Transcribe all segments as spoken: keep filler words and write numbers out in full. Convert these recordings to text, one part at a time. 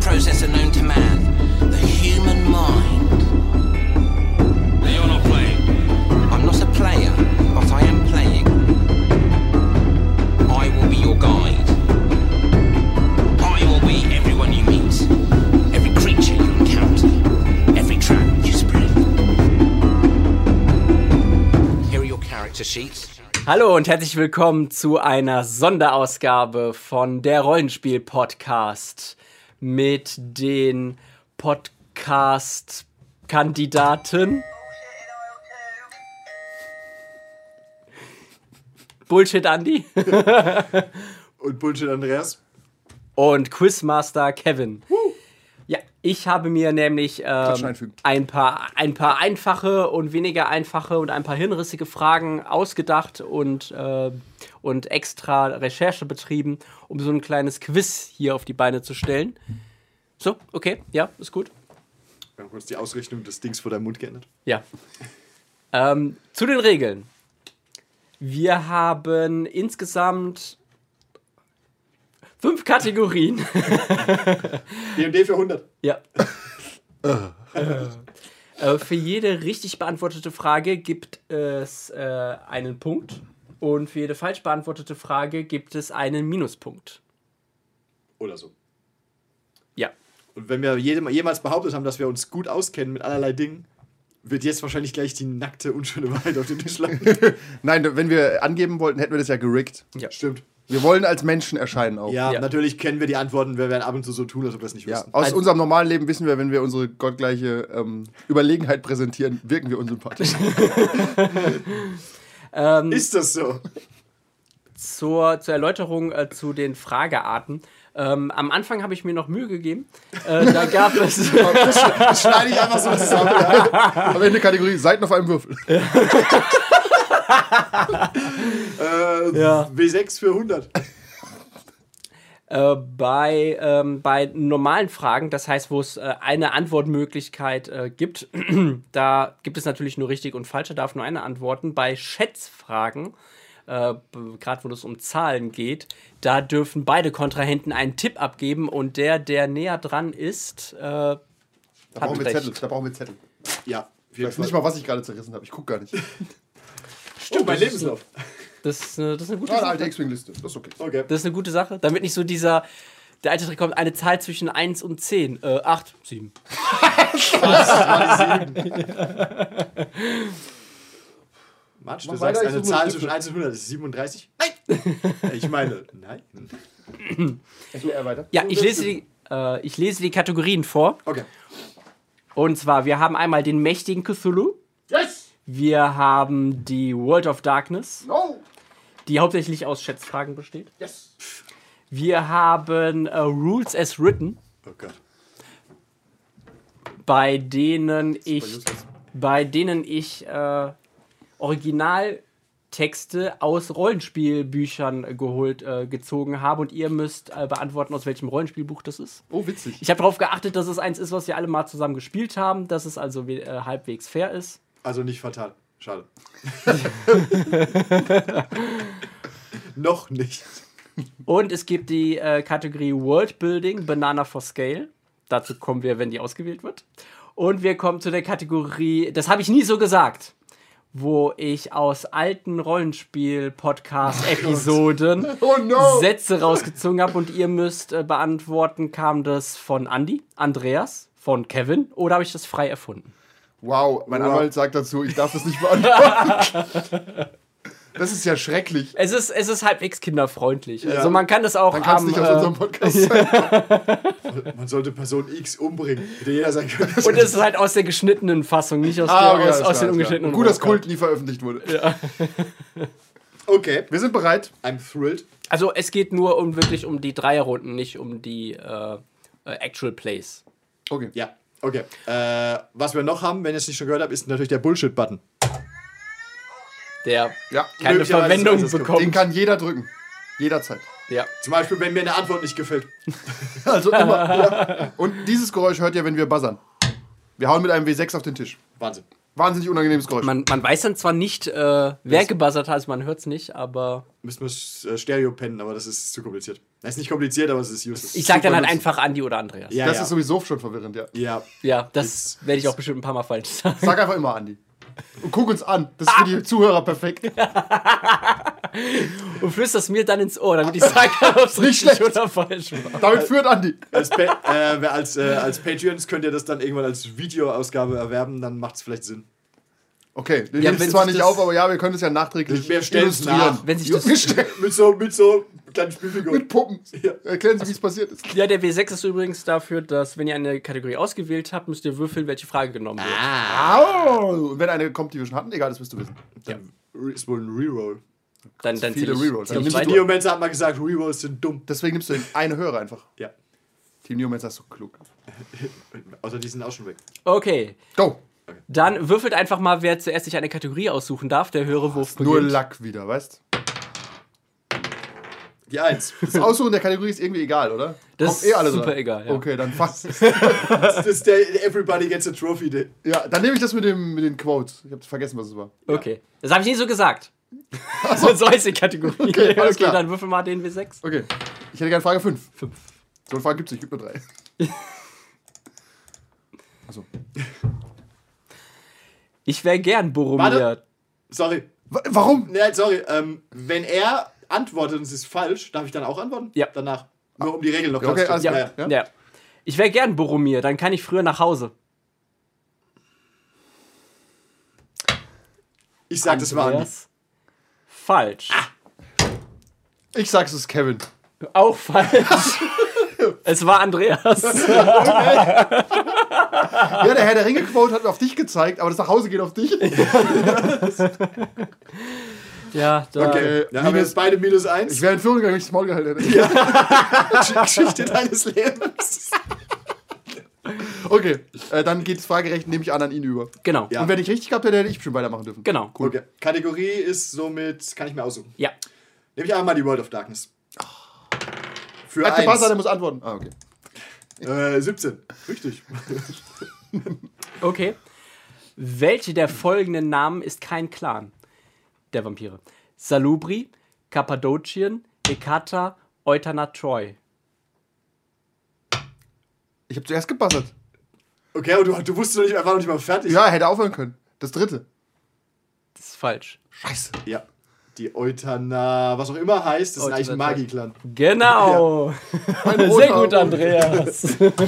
processor known to man, the human mind. You're not playing. I'm not a player, but I am playing. I will be your guide. I will be everyone you meet, every creature you encounter, every trap you spread. Here are your character sheets. Hallo und herzlich willkommen zu einer Sonderausgabe von der Rollenspiel-Podcast mit den Podcast-Kandidaten Bullshit Andy und Bullshit Andreas und Quizmaster Kevin. Woo. Ja, ich habe mir nämlich ähm, ein paar, ein paar einfache und weniger einfache und ein paar hirnrissige Fragen ausgedacht und, äh, und extra Recherche betrieben, um so ein kleines Quiz hier auf die Beine zu stellen. So, okay, ja, ist gut. Wir haben kurz die Ausrichtung des Dings vor deinem Mund geändert. Ja. Ähm, zu den Regeln. Wir haben insgesamt fünf Kategorien. D und D für hundert. Ja. äh, für jede richtig beantwortete Frage gibt es äh, einen Punkt. Und für jede falsch beantwortete Frage gibt es einen Minuspunkt. Oder so. Ja. Und wenn wir jemals behauptet haben, dass wir uns gut auskennen mit allerlei Dingen, wird jetzt wahrscheinlich gleich die nackte, unschöne Wahrheit auf den Tisch landen. Nein, wenn wir angeben wollten, hätten wir das ja gerickt. Ja. Stimmt. Wir wollen als Menschen erscheinen auch. Ja, Ja. natürlich kennen wir die Antworten, wir werden ab und zu so tun, als ob wir es nicht Ja. wissen. Aus Also- unserem normalen Leben wissen wir, wenn wir unsere gottgleiche ähm, Überlegenheit präsentieren, wirken wir unsympathisch. Ähm, Ist das so? zur, zur Erläuterung äh, zu den Fragearten. Ähm, am Anfang habe ich mir noch Mühe gegeben. Äh, da gab es... Das schneide ich einfach so zusammen. Ja. Am Ende Kategorie Seiten auf einem Würfel. Äh, Ja. W sechs für hundert. Äh, bei, ähm, bei normalen Fragen, das heißt, wo es äh, eine Antwortmöglichkeit äh, gibt, da gibt es natürlich nur richtig und falsch, da darf nur eine antworten. Bei Schätzfragen, äh, gerade wo es um Zahlen geht, da dürfen beide Kontrahenten einen Tipp abgeben und der, der näher dran ist, äh, Da brauchen wir recht. Zettel. Da brauchen wir Zettel. Ja, auf Ich jeden weiß Fall. nicht mal, was ich gerade zerrissen habe. Ich gucke gar nicht. Stimmt, mein das ist- Lebenslauf. das, ist eine- das ist eine gute Ah, eine Sache. alte X-Wing-Liste. Das ist okay. Okay. Das ist eine gute Sache, damit nicht so dieser, der alte Trick kommt, eine Zahl zwischen eins und zehn. Äh, acht, sieben. Matsch, du Mach sagst weiter, ich eine suche eine Zahl Stimme. zwischen eins und hundert. Das ist siebenunddreißig? Nein! Ich meine, nein. So, er weiter. Ja, ich lese, die, äh, ich lese die Kategorien vor. Okay. Und zwar, wir haben einmal den mächtigen Cthulhu. Yes! Wir haben die World of Darkness, No! die hauptsächlich aus Schätzfragen besteht. Yes! Wir haben äh, Rules as Written, Oh Gott. bei denen ich, useless. bei denen ich äh, Originaltexte aus Rollenspielbüchern geholt, äh, gezogen habe und ihr müsst äh, beantworten, aus welchem Rollenspielbuch das ist. Oh, witzig. Ich habe darauf geachtet, dass es eins ist, was wir alle mal zusammen gespielt haben, dass es also äh, halbwegs fair ist. Also nicht fatal. Schade. Noch nicht. Und es gibt die äh, Kategorie Worldbuilding, Banana for Scale. Dazu kommen wir, wenn die ausgewählt wird. Und wir kommen zu der Kategorie, das habe ich nie so gesagt, wo ich aus alten Rollenspiel-Podcast-Episoden Oh no! Sätze rausgezogen habe und ihr müsst äh, beantworten, kam das von Andy, Andreas, von Kevin oder habe ich das frei erfunden? Wow, mein Wow. Anwalt sagt dazu, ich darf das nicht beantworten. Das ist ja schrecklich. Es ist, es ist halbwegs kinderfreundlich. Ja. Also man kann das auch Dann kann es am, nicht aus äh, unserem Podcast sein. Man sollte Person X umbringen. Hätte jeder sagen können. und es ist halt aus der geschnittenen Fassung, nicht aus, Ah, der, okay, aus, alles aus klar, den alles klar. ungeschnittenen. Gut, dass Rohkauen. Kult nie veröffentlicht wurde. Okay, Wir sind bereit. I'm thrilled. Also es geht nur um wirklich um die Dreierrunden, nicht um die äh, äh, Actual Plays. Okay. Ja, okay. Äh, was wir noch haben, wenn ihr es nicht schon gehört habt, ist natürlich der Bullshit-Button. Der Ja, keine möglicherweise Verwendung ist das gut. bekommt. den kann jeder drücken. Jederzeit. Ja. Zum Beispiel, wenn mir eine Antwort nicht gefällt. Also immer. Ja. Und dieses Geräusch hört ihr, wenn wir buzzern. Wir hauen mit einem W sechs auf den Tisch. Wahnsinn. Wahnsinnig unangenehmes Geräusch. Man, man weiß dann zwar nicht, äh, wer gebuzzert hat, also man hört es nicht, aber. Müssen wir äh, Stereo pennen, aber das ist zu kompliziert. Das ist nicht kompliziert, aber es ist useless. Ich sag dann halt Super einfach Andi oder Andreas. Ja, das ja. ist sowieso schon verwirrend, ja. Ja. Ja, das werde ich auch bestimmt ein paar Mal falsch sagen. Sag einfach immer Andi. Und guck uns an. Das ist für die Zuhörer perfekt. Und flüsterst mir dann ins Ohr, damit ich sage, ob es Nicht richtig schlecht. oder falsch war. Damit führt Andi. Als, pa äh, als, äh, als Patreons könnt ihr das dann irgendwann als Videoausgabe erwerben, dann macht es vielleicht Sinn. Okay, wir Ja, nehmen wenn es zwar sich nicht das- auf, aber ja, wir können es ja nachträglich Wir stellen es nach. Wenn sich Ja, das, wir stellen- mit so, mit so kleinen Spielfiguren. Mit Puppen. Ja. Erklären Sie, wie es passiert ist. ja, der W sechs ist übrigens dafür, dass, wenn ihr eine Kategorie ausgewählt habt, müsst ihr würfeln, welche Frage genommen wird. Au! Und wenn eine kommt, die wir schon hatten, egal, das wirst du wissen. Dann ist wohl ein Reroll. Dann, dann viele zähl ich- Rerolls. zähl Dann ich nimmst weiter. du- Neomancer hat mal gesagt, Rerolls sind dumm. Deswegen nimmst du den eine Hörer einfach. Ja. Team Neomancer ist so klug. Außer die sind auch schon weg. Okay, Go! dann würfelt einfach mal, wer zuerst sich eine Kategorie aussuchen darf. Der höhere Wurf Nur beginnt. Lack wieder, weißt du? Die Eins. Das Aussuchen der Kategorie ist irgendwie egal, oder? Das Kommt eh alle ist super dran. egal, ja. Okay, dann fast. Das ist der Everybody gets a Trophy Day. Ja, dann nehme ich das mit, dem, mit den Quotes. Ich habe vergessen, was es war. Okay, das habe ich nie so gesagt. So, so ist die Kategorie. Okay, alles klar. Dann würfel mal den W sechs. Okay, ich hätte gerne Frage fünf. Fünf. So eine Frage gibt es nicht, gibt nur drei. Achso. Ich wäre gern Boromir. Warte. Sorry. Wa- Warum? Nee, sorry. Ähm, wenn er antwortet und es ist falsch, darf ich dann auch antworten? Ja. Danach. Nur um die Regeln noch Okay, klarzustellen. alles Ja, klar. ja. Ich wäre gern Boromir, dann kann ich früher nach Hause. Ich sag, das war Andi. Andreas. Falsch. Ich sag's, es ist Kevin. Auch falsch. Es war Andreas. Ja, der Herr der Ringe-Quote hat auf dich gezeigt, aber das nach Hause geht auf dich. Ja, da. Okay, dann haben wir jetzt beide minus eins. Ich wäre in Führung gegangen, wenn ich das Maul gehalten hätte. Geschichte deines Lebens. Okay, äh, dann geht das Fragerecht, nehme ich an, an ihn über. Genau. Ja. Und wenn ich richtig gehabt hätte, hätte ich schon weitermachen dürfen. Genau. Cool. Okay. Kategorie ist somit, kann ich mir aussuchen. Ja. Nehme ich einmal die World of Darkness. Für Hat gepasst, der eins. muss antworten. Ah, okay. Äh, siebzehn. Richtig. Okay. Welche der folgenden Namen ist kein Clan der Vampire? Salubri, Kappadokien, Hekata, Eutana Troy. Ich habe zuerst gebuzzert. Okay, aber du, du wusstest noch nicht, er war noch nicht mal fertig. Ja, hätte aufhören können. Das dritte. Das ist falsch. Scheiße. Ja. Die Eutana, was auch immer heißt, das ist eigentlich ein Eutana- Magi-Clan. Genau. Ein Sehr roter- gut, Andreas.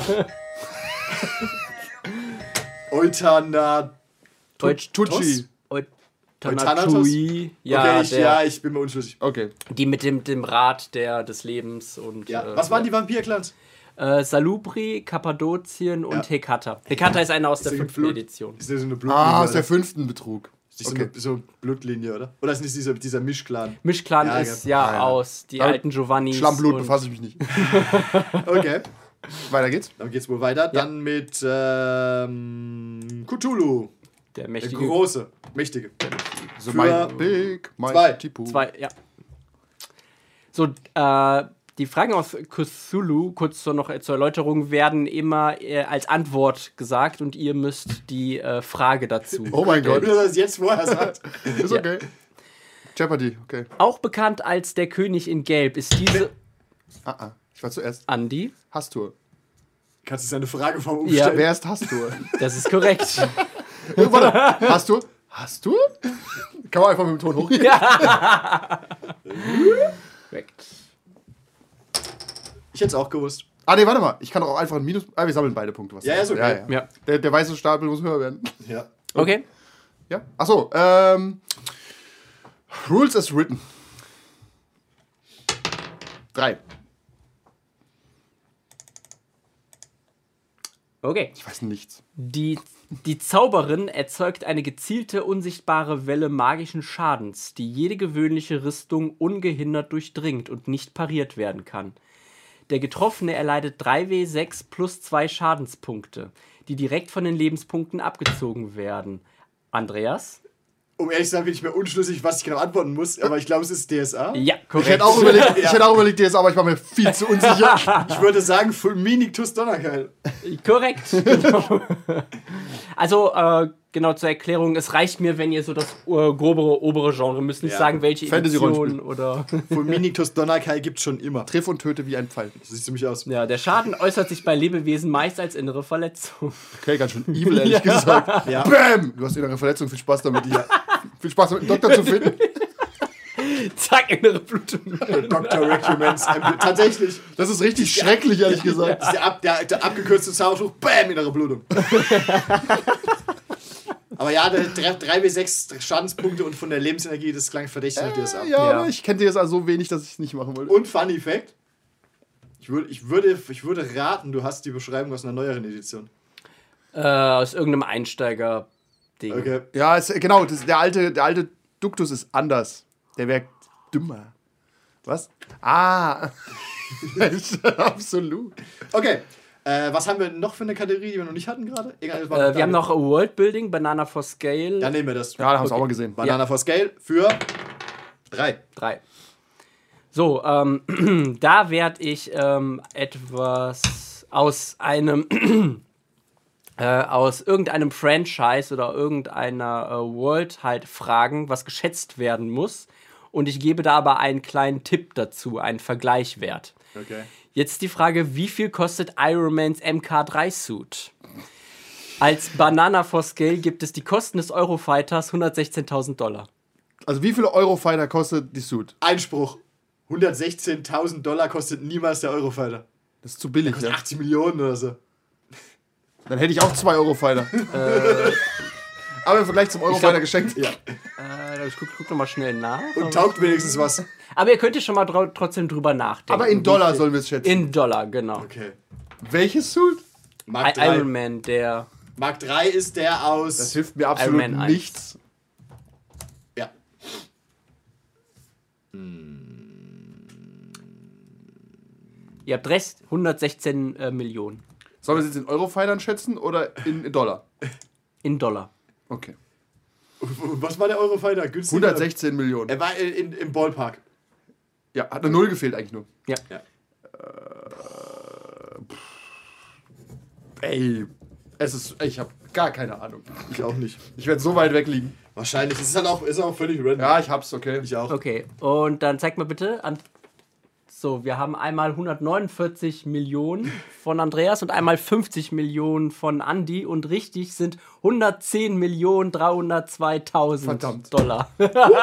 Eutana. Deutsch Tucci. Eutana Troy. Ja, okay, ich, der, ja, ich bin mir unschlüssig. Okay. die mit dem, dem Rat der, des Lebens und. Ja. äh, Was waren die Vampir-Clans? Äh, Salubri, Kappadokien und Ja. Hekata. Hekata ist einer aus der Ist fünften Blut- Edition. Ist das so eine Blutlinie? Ah, aus oder? der fünften Betrug. Ist nicht Okay. so eine so Blutlinie, oder? Oder ist nicht dieser, dieser Mischclan? Mischclan Ja, ist ja. ja, Ah, ja. aus die Damit alten Giovannis. Schlammblut und- befasse ich mich nicht. Okay, Weiter geht's. dann geht's wohl weiter. Dann mit ähm, Cthulhu. Der Der mächtige. große, mächtige. So Für mein Big zwei. Mighty Pooh. Zwei, ja. So, äh, die Fragen aus Cthulhu, kurz zur, noch, zur Erläuterung, werden immer äh, als Antwort gesagt und ihr müsst die äh, Frage dazu. Oh mein Gut, Gott. dass er es jetzt vorher sagt. Ist okay. Jeopardy, okay. Auch bekannt als der König in Gelb ist diese. Ah, ah. Ich war zuerst. Andi, Hastur. Kannst du seine Frage vom Ja. umstellen? Wer ist Hastur? das ist korrekt. Oh, warte. Hastur? Hastur? Kann man einfach mit dem Ton hochgehen? Korrekt. Ich hätte es auch gewusst. Ah, nee, warte mal. Ich kann doch auch einfach ein Minus. Ah, wir sammeln beide Punkte. Was Ja, ja, ist okay. ja, ja. Ja. Der, der weiße Stapel muss höher werden. Ja. Okay. Ja? Achso, ähm. Rules as written. Drei. Okay. Ich weiß nichts. Die, die Zauberin erzeugt eine gezielte, unsichtbare Welle magischen Schadens, die jede gewöhnliche Rüstung ungehindert durchdringt und nicht pariert werden kann. Der Getroffene erleidet drei W sechs plus zwei Schadenspunkte, die direkt von den Lebenspunkten abgezogen werden. Andreas? Um ehrlich zu sein, bin ich mir unschlüssig, was ich genau antworten muss, aber ich glaube, es ist D S A. Ja, Ich korrekt. hätte auch überlegt, ich hätte auch überlegt, D S A, aber ich war mir viel zu unsicher. Ich würde sagen, Fulminictus Donnerkeil. Korrekt. Genau. Also, äh, genau, zur Erklärung, es reicht mir, wenn ihr so das uh, grobere, obere Genre müsst nicht Ja. sagen, welche Fantasy-Rollenspiel. Edition oder... Fulminitus Donnerkai gibt's schon immer. Triff und töte wie ein Pfeil. So sieht ziemlich aus. Ja, der Schaden äußert sich bei Lebewesen meist als innere Verletzung. Okay, ganz schön evil, ehrlich gesagt. Ja. Bam! Du hast innere Verletzung, viel Spaß damit. Ja. Viel Spaß damit, einen Doktor zu finden. Zack, innere Blutung. Doktor Recumens. Tatsächlich. Das ist richtig schrecklich, ehrlich gesagt. Das ist der, ab, der, der abgekürzte Zauberspruch. Bam, innere Blutung. Aber ja, der drei bis sechs Schadenspunkte und von der Lebensenergie, das klang verdächtig nach D S A. Ja, Ja. aber ich kenne dir das also so wenig, dass ich es nicht machen wollte. Und Funny Fact: ich würde, ich, würde, ich würde raten, du hast die Beschreibung aus einer neueren Edition. Äh, aus irgendeinem Einsteiger-Ding. Okay. Ja, es, genau, das, der, alte, der alte Duktus ist anders. Der wäre dümmer. Was? Ah. Absolut. Okay. Äh, was haben wir noch für eine Kategorie, die wir noch nicht hatten gerade? Egal, das war Äh, wir haben noch Worldbuilding, Banana for Scale. Dann nehmen wir das. Ja, da haben wir es auch mal gesehen. Banana for Scale für drei. Drei. So, ähm, da werde ich ähm, etwas aus einem äh, aus irgendeinem Franchise oder irgendeiner äh, World halt fragen, was geschätzt werden muss. Und ich gebe da aber einen kleinen Tipp dazu, einen Vergleichwert. Okay. Jetzt die Frage, wie viel kostet Iron Mans M K drei Suit? Als Banana for Scale gibt es die Kosten des Eurofighters hundertsechzehntausend Dollar. Also wie viele Eurofighter kostet die Suit? Einspruch. hundertsechzehntausend Dollar kostet niemals der Eurofighter. Das ist zu billig, Kostet ja. achtzig Millionen oder so. Dann hätte ich auch zwei Eurofighter. äh, aber im Vergleich zum Eurofighter glaub- geschenkt. Ja. Äh, ich guck, guck noch mal schnell nach. Und taugt wenigstens was. Aber ihr könnt ja schon mal drau- trotzdem drüber nachdenken. Aber in Dollar Wie viel- sollen wir es schätzen. In Dollar, genau. Okay. Welches Suit? Mark I- drei. Iron Man, der... Mark drei ist der aus. Das hilft mir absolut Iron Man eins. nichts. Ja. Ihr habt Rest, hundertsechzehn äh, Millionen. Sollen wir es jetzt in Eurofightern schätzen oder in, in Dollar? In Dollar. Okay. Was war der Eurofighter? Günstig? hundertsechzehn Millionen. Er war in, in, im Ballpark. Ja, hat eine Null gefehlt eigentlich nur. Ja. Ja. Ey, es ist, ich habe gar keine Ahnung. Ich auch nicht. Ich werde so weit weg liegen. Wahrscheinlich. Es ist halt auch, ist auch völlig random. Ja, ich hab's, okay. Ich auch. Okay, und dann zeig mal bitte an... So, wir haben einmal hundertneunundvierzig Millionen von Andreas und einmal fünfzig Millionen von Andy und richtig sind hundertzehn Millionen dreihundertzweitausend Verdammt. Dollar.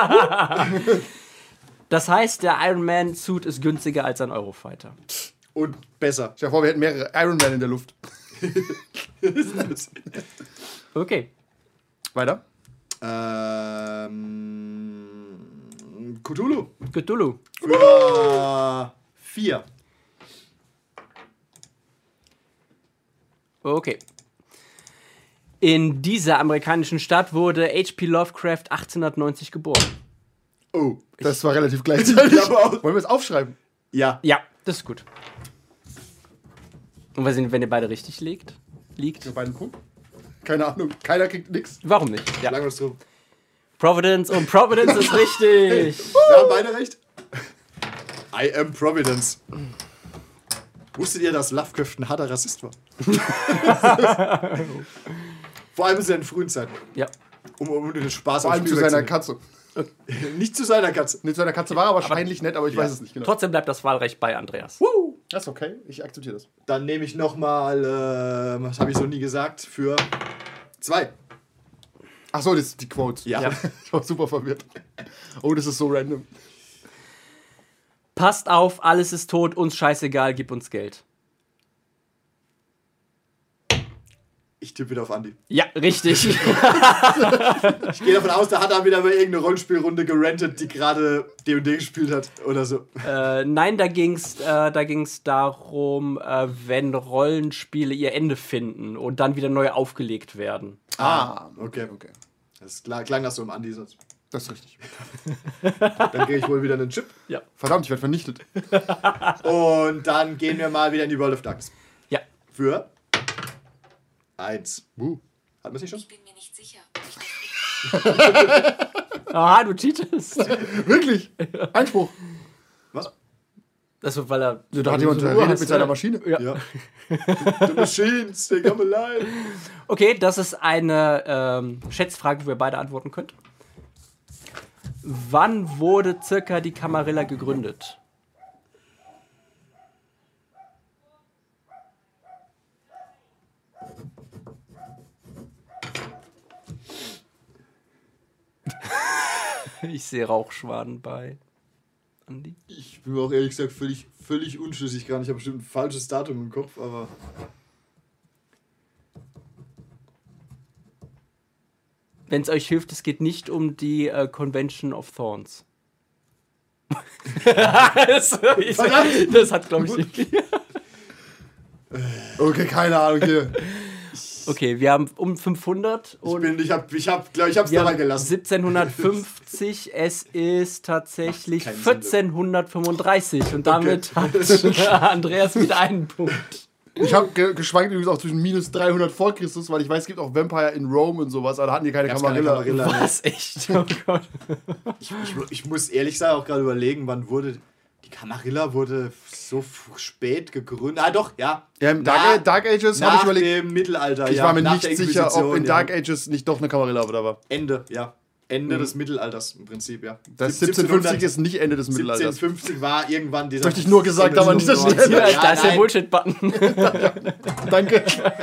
Das heißt, der Iron Man Suit ist günstiger als ein Eurofighter. Und besser. Stell dir vor, wir hätten mehrere Iron Man in der Luft. Okay. Weiter? Ähm. Cthulhu. Cthulhu. Für vier. Okay. In dieser amerikanischen Stadt wurde H P Lovecraft achtzehnhundertneunzig geboren. Oh. Das war relativ gleichzeitig. Ich glaube auch. Wollen wir es aufschreiben? Ja. Ja, das ist gut. Und was sind, wenn ihr beide richtig liegt? Liegt? Für beiden Punkt? Keine Ahnung. Keiner kriegt nix. Warum nicht? Ja. Lang uns drum. Providence und Providence ist richtig. Wir haben beide recht. I am Providence. Wusstet ihr, dass Lovecraft ein harter Rassist war? Vor allem in seinen frühen Zeiten. Ja. Um, um den Spaß Vor am allem zu Spielwerk seiner zu Katze. nehmen. Nicht zu seiner Katze. Nee, zu seiner Katze war er wahrscheinlich nett, aber ich weiß es nicht genau. Trotzdem bleibt das Wahlrecht bei Andreas. Das ist okay. Ich akzeptiere das. Dann nehme ich nochmal, äh, was habe ich so nie gesagt, für zwei. Ach so, das sind die Quotes. Ja. Ich war super verwirrt. Oh, das ist so random. Passt auf, alles ist tot, uns scheißegal, gib uns Geld. Ich tippe wieder auf Andi. Ja, richtig. Ich gehe davon aus, da hat er wieder mal irgendeine Rollenspielrunde gerentet, die gerade D und D gespielt hat oder so. äh, nein, da ging's, äh, da ging's darum, äh, wenn Rollenspiele ihr Ende finden und dann wieder neu aufgelegt werden. Ah, Okay. okay. Das klang, klang das so im Andi sonst. Das ist richtig. Dann kriege ich wohl wieder einen Chip. Ja. Verdammt, ich werde vernichtet. Und dann gehen wir mal wieder in die World of Darkness. Ja. Für eins. Uh. Hat man es nicht schon? Ich bin mir nicht sicher. Aha, du cheatest. Wirklich? Einspruch. Was? Also, weil er. Da hat jemand so eine redet Uhr mit hast, seiner ne? Maschine. Ja. Ja. The machines, they come alive. Okay, das ist eine ähm, Schätzfrage, wo ihr beide antworten könnt. Wann wurde circa die Camarilla gegründet? Ich sehe Rauchschwaden bei Andi. Ich bin mir auch ehrlich gesagt völlig, völlig unschlüssig gerade. Ich habe bestimmt ein falsches Datum im Kopf, aber. Wenn es euch hilft, es geht nicht um die äh, Convention of Thorns. das, das hat, glaube ich. Okay, keine Ahnung hier. Okay, wir haben um fünfhundert Ich und bin, ich hab, ich hab, glaub, ich hab's wir dabei haben gelassen. siebzehnhundertfünfzig. Es ist tatsächlich Kein Sinn. vierzehnhundertfünfunddreißig und damit hat Andreas wieder einen Punkt. Ich habe ge geschwankt übrigens auch zwischen minus dreihundert vor Christus, weil ich weiß, es gibt auch Vampire in Rome und sowas, aber da hatten die keine Gab's keine Camarilla. Camarilla. Was? Echt? Oh Gott. Ich, ich, ich muss ehrlich sagen auch gerade überlegen, wann wurde. Die Camarilla wurde so f- spät gegründet. Ah, doch, ja. Ja, im Dark, Na- Dark Ages habe Nach ich überlegt. dem Mittelalter, Ich ja. war mir nach nicht der sicher, ob Inquisition, in ja. Dark Ages nicht doch eine Camarilla da war. Ende, ja. Ende Mhm. des Mittelalters im Prinzip, ja. Das siebzehnhundertfünfzig ist nicht Ende des Mittelalters. siebzehnhundert war irgendwann dieser. Möchte ich nur gesagt haben, nicht, dass ich- Ja, ja, da ist der nein. Bullshit-Button. Danke.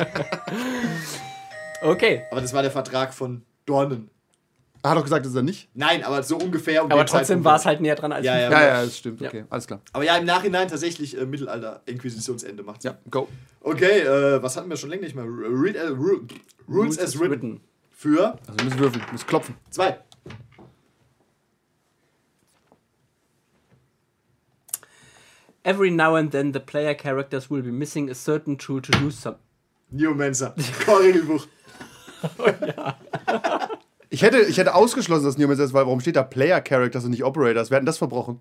Okay. Aber das war der Vertrag von Dornen. Er hat doch gesagt, das ist er nicht. Nein, aber so ungefähr um Aber den trotzdem Zeitpunkt. war es halt näher dran als Ja, ja. Ja, ja, das stimmt. Ja. Okay, alles klar. Aber ja, im Nachhinein tatsächlich äh, Mittelalter-Inquisitionsende macht. Ja, go. Okay, äh, was hatten wir schon länger nicht mehr? Read, äh, Ru- Rules as written. Für Also wir müssen würfeln, wir müssen klopfen. zwei. Every now and then the player characters will be missing a certain tool to do some. Neomancer. Core-Regelbuch. Ich hätte, ich hätte ausgeschlossen, dass Newman ist, weil warum steht da Player Characters und nicht Operators? Wir hatten das verbrochen.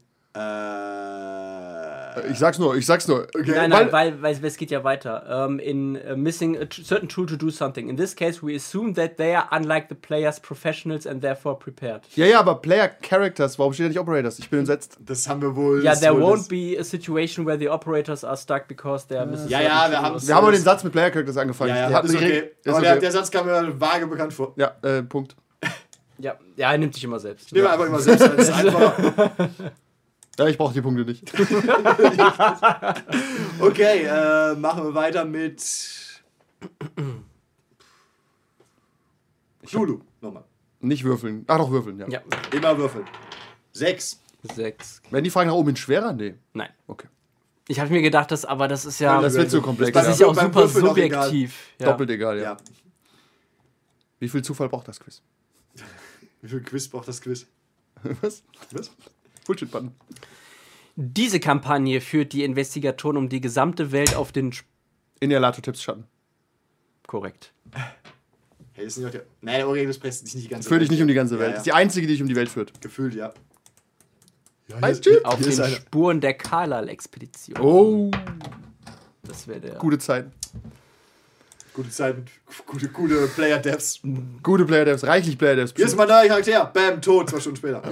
Äh, Ich sag's nur, ich sag's nur. okay. Nein, nein, weil, weil, weil es geht ja weiter. Um, in uh, missing a t- certain tool to do something. In this case, we assume that they are unlike the players professionals and therefore prepared. Ja, ja, aber Player Characters, warum steht da nicht Operators? Ich bin entsetzt. Das haben wir wohl. Yeah, das there wohl won't das- be a situation where the operators are stuck because they are missing Ja, certain ja, wir tools. haben's- Wir haben aber den Satz mit Player Characters angefangen. Ja, ja, Die hatten ist die okay. Regel- ist Aber okay. Der, der Satz kam mir vage bekannt vor. Ja, äh, Punkt. Ja, ja, er nimmt sich immer selbst. Nehmen wir einfach immer selbst, das ist einfacher. Ja, ich brauche die Punkte nicht. Okay, äh, machen wir weiter mit. Lulu, nochmal. Nicht würfeln. Ach doch, würfeln, ja. Ja, Immer würfeln. Sechs. sechs. Werden die Fragen nach oben hin schwerer? Nee. Nein. Okay. Ich habe mir gedacht, dass, aber das ist ja, Das wird zu komplex. das ja. ist ja auch Beim super Würfeln auch egal. subjektiv. Ja. Doppelt egal, ja. Ja. Wie viel Zufall braucht das Quiz? Wie viel Quiz braucht das Quiz? Was? Was? Bullshit-Button. Diese Kampagne führt die Investigatoren um die gesamte Welt auf den... Sp In der Lato-Tipps Schatten. Korrekt. Hey, das ist nicht auch der. Nein, der Aurelius presst dich nicht die ganze Führt dich nicht um die ganze Ja, Welt. ja. Das ist die einzige, die dich um die Welt führt. Gefühlt, ja. Ja, Ein Typ. Auf hier den ist einer. Spuren der Carlyle-Expedition. Oh, Das wäre der... gute Zeit. Gute Zeiten, gute, gute Player-Devs. Gute Player-Devs, reichlich Player-Devs. Hier ist mein neuer Charakter. Bam, tot, zwei Stunden später.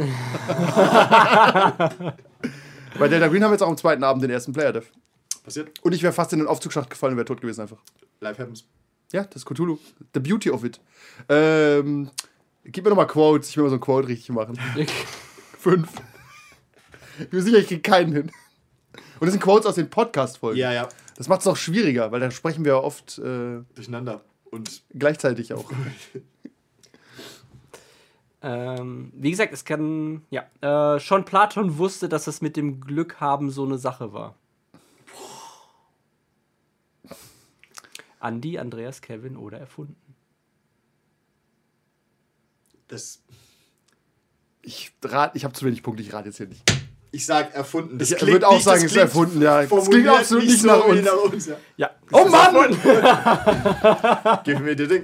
Bei Delta Green haben wir jetzt auch am zweiten Abend den ersten Player-Dev. Passiert? Und ich wäre fast in den Aufzugsschacht gefallen und wäre tot gewesen einfach. Life happens. Ja, das ist Cthulhu. The beauty of it. Ähm, gib mir nochmal Quotes. Ich will mal so ein Quote richtig machen. Fünf. Ich bin sicher, ich krieg keinen hin. Und das sind Quotes aus den Podcast-Folgen. Ja, ja. Das macht es auch schwieriger, weil da sprechen wir oft äh, Durcheinander. Und gleichzeitig auch. Ähm, wie gesagt, es kann... Ja. Äh, schon Platon wusste, dass es mit dem Glück haben so eine Sache war. Andi, Andreas, Kevin oder erfunden. das. Ich, rat- ich habe zu wenig Punkte, ich rate jetzt hier nicht. Ich sag erfunden. Das Ich klingt würde auch nicht- sagen, das es ist klingt erfunden, ja. Das formuliert klingt absolut nicht so nach wie uns. nach uns ja. Ja. Oh Mann! Gib mir dir Ding.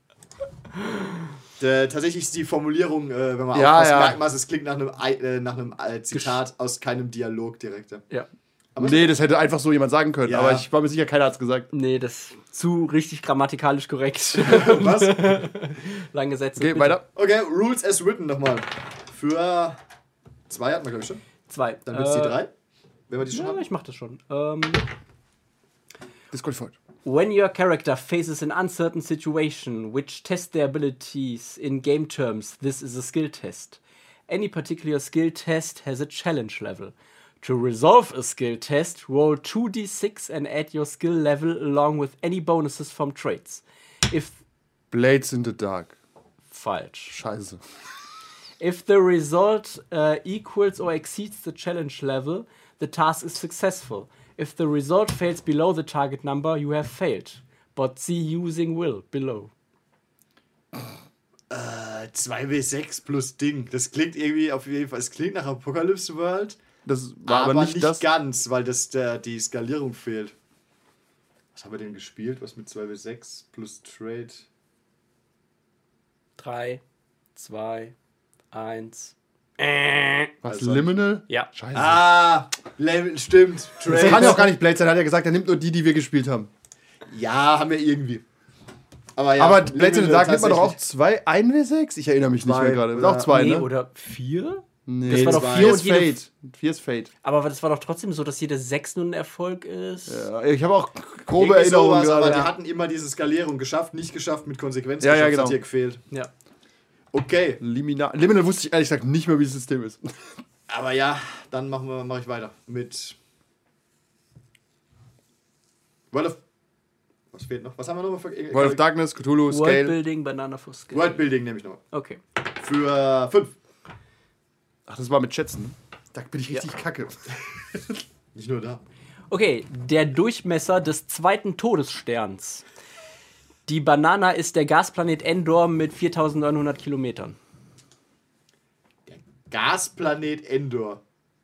Der, tatsächlich ist die Formulierung, äh, wenn man Ja, aufpasst, ja. merkt man, es klingt nach einem, Ei- äh, nach einem äh, Zitat aus keinem Dialog direkt. Ja. Ja. Aber Nee, das hätte einfach so jemand sagen können, Ja. aber ich war mir sicher, keiner hat es gesagt. Nee, das ist zu richtig grammatikalisch korrekt. Was? Lange Sätze. Okay, bitte. weiter. Okay, Rules as written nochmal. Für zwei hatten wir, glaube ich, schon. Zwei. Dann wird's die Äh, drei. wenn wir die schon Ja, haben? ich mach das schon. Ähm, Disqualified. when your character faces an uncertain situation which tests their abilities in game terms, this is a skill test. Any particular skill test has a challenge level. To resolve a skill test, roll two d six and add your skill level along with any bonuses from traits. If Blades in the Dark. falsch. Scheiße. If the result uh, equals or exceeds the challenge level, the task is successful. If the result fails below the target number, you have failed. But see using will below. Äh, zwei W sechs plus Ding. Das klingt irgendwie auf jeden Fall, es klingt nach Apocalypse World, Das war aber, aber nicht, nicht das. ganz, weil das der, die Skalierung fehlt. Was haben wir denn gespielt? Was mit zwei W sechs plus Trade? drei, zwei, eins. Was, Also- Liminal? Ja. Scheiße. Ah, Level, stimmt. Trade. Das kann ja auch gar nicht Blades sein. Er hat ja gesagt, er nimmt nur die, die wir gespielt haben. Ja, haben wir irgendwie. Aber, ja, aber Blades in the Liminal Dark nimmt man doch auch tatsächlich. zwei ein W sechs? Ich erinnere mich nicht Zwei, mehr gerade. oder- Auch zwei, Nee, ne? oder vier? Nee, Das war doch zwei. vier und ist jede... Fate. Vier ist Fate. Aber das war doch trotzdem so, dass jede sechs nun ein Erfolg ist. Ja, ich habe auch grobe Irgendwie Erinnerungen sowas, aber gerade. die hatten immer diese Skalierung geschafft, nicht geschafft mit Konsequenzen. Ja, ja, geschafft, genau. hat hier gefehlt. Ja. Okay, Liminal, Liminal wusste ich ehrlich gesagt nicht mehr, wie das System ist. aber ja, dann machen wir, mache ich weiter mit World of... Was fehlt noch? Was haben wir noch? Für, World of Darkness, Cthulhu, Scale. Worldbuilding, Banana for Skill. Worldbuilding nehme ich noch. Okay. Für fünf. Ach, das war mit Schätzen. Ne? Da bin ich richtig kacke. Nicht nur da. Okay, der Durchmesser des zweiten Todessterns. Die Banana ist der Gasplanet Endor mit viertausendneunhundert Kilometern. Gasplanet Endor.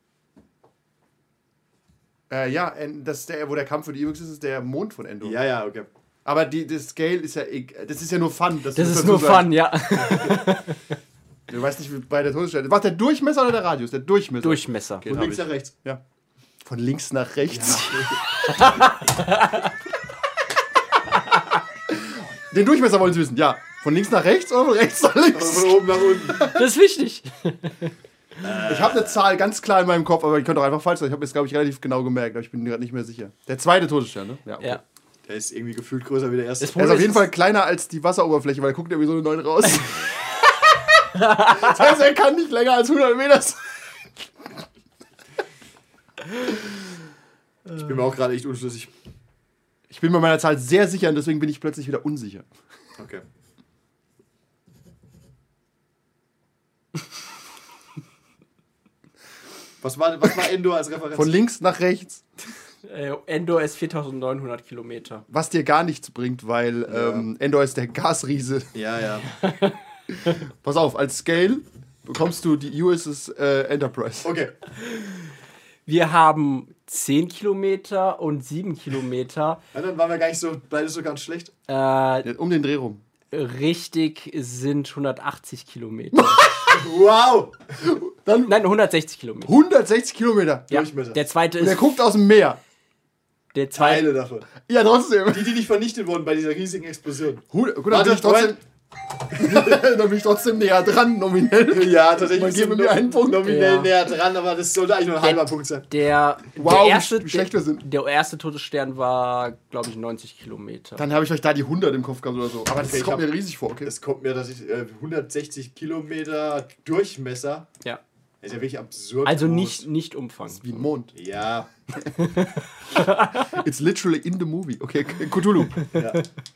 Äh, ja, en- das ist der, wo der Kampf für die Ewoks ist, ist der Mond von Endor. Ja, ja, okay. Aber die, das Scale ist ja, eg- das ist ja nur Fun. Das muss ist dazu nur sagen. Fun, ja. Du weißt nicht, wie bei der Todesstern ist. Was, der Durchmesser oder der Radius? Der Durchmesser. Durchmesser. Okay, Und hab links ich. nach rechts. Ja. Von links nach rechts. Den Durchmesser wollen Sie wissen, ja. Von links nach rechts oder von rechts nach Aber links? von oben nach unten. Das ist wichtig. Ich habe eine Zahl ganz klar in meinem Kopf, aber ich könnte auch einfach falsch sein. Ich habe jetzt, glaube ich, relativ genau gemerkt, aber ich bin gerade nicht mehr sicher. Der zweite Todesstern, ne? Ja. Okay. Ja. Der ist irgendwie gefühlt größer wie der erste. Das Er ist auf jeden ist- Fall kleiner als die Wasseroberfläche, weil er guckt ja wie so eine neun raus. Das heißt, er kann nicht länger als hundert Meter sein. Ich bin mir auch gerade echt unschlüssig. Ich bin mir meiner Zahl sehr sicher und deswegen bin ich plötzlich wieder unsicher. Okay. Was war, was war Endor als Referenz? Von links nach rechts. Äh, Endor ist viertausendneunhundert Kilometer. Was dir gar nichts bringt, weil ähm, Endor ist der Gasriese. Ja, ja. Pass auf, als Scale bekommst du die U S S äh, Enterprise. Okay. Wir haben zehn Kilometer und sieben Kilometer. Ja, dann waren wir gar nicht so, beide so ganz schlecht. Äh, Ja, um den Dreh rum. richtig sind hundertachtzig Kilometer. Wow! Nein, hundertsechzig Kilometer. hundertsechzig Kilometer. Ja, Durchmesser. der zweite Und er ist guckt aus dem Meer. der zweite. Teile davon. Ja, trotzdem. Die, die nicht vernichtet wurden bei dieser riesigen Explosion. Gut, dann Warte, bin ich trotzdem. dann bin ich trotzdem näher dran, nominell. Ja, tatsächlich. Man bist du geben mir einen Punkt. Nominell Ja. näher dran, aber das sollte eigentlich nur ein halber Punkt sein. Der, Wow, der wie erste, sch- wie schlecht wir sind. Der erste Todesstern war, glaube ich, neunzig Kilometer. Dann habe ich euch da die hundert im Kopf gehabt oder so. Aber das Okay, ich kommt hab- mir riesig vor, okay? Es kommt mir, dass ich äh, hundertsechzig Kilometer Durchmesser. Ja. Das ist ja wirklich absurd. Also groß. nicht, nicht Umfang. Wie ein Mond. Ja. It's literally in the movie. Okay, Cthulhu. ja.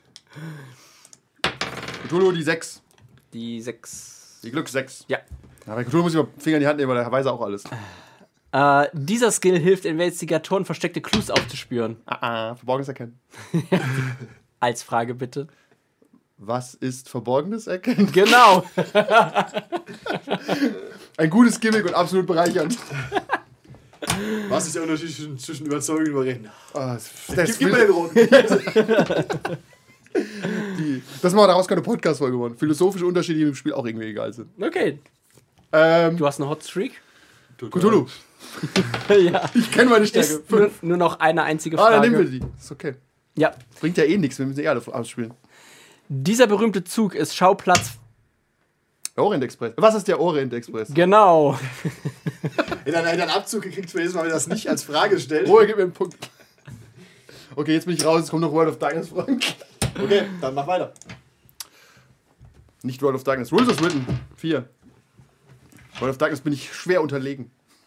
Cthulhu die sechs. Die sechs. Die Glück sechs. Ja. Ja, bei Cthulhu muss ich mal Finger in die Hand nehmen, weil der weiß auch alles. Äh, dieser Skill hilft Investigatoren, versteckte Clues aufzuspüren. Ah, ah, Verborgenes erkennen. Als Frage bitte. Was ist Verborgenes erkennen? Genau. Ein gutes Gimmick und absolut bereichernd. Was ist der Unterschied zwischen, zwischen Überzeugung und Überreden? Ah, das, Gib, gib mir den roten. die, das machen wir daraus keine Podcast-Folge geworden. Philosophische Unterschiede, die im Spiel auch irgendwie egal sind. Okay. Ähm, Du hast einen Hot Streak? Cthulhu. Ja. Ich kenne meine Stärke. Ist nur, nur noch eine einzige Ah, Frage. dann nehmen wir die. Ist okay. Ja. Bringt ja eh nichts, wir müssen eh alle ausspielen. Dieser berühmte Zug ist Schauplatz. Orient Express. Was ist der Orient Express? Genau. Hätte er einen Abzug gekriegt für jedes Mal, wenn er das nicht als Frage stellt. Ruhe, gib mir einen Punkt. Okay, jetzt bin ich raus, jetzt kommt noch World of Darkness Fragen. Okay, dann mach weiter. Nicht World of Darkness. Rules of Written. Vier. World of Darkness bin ich schwer unterlegen.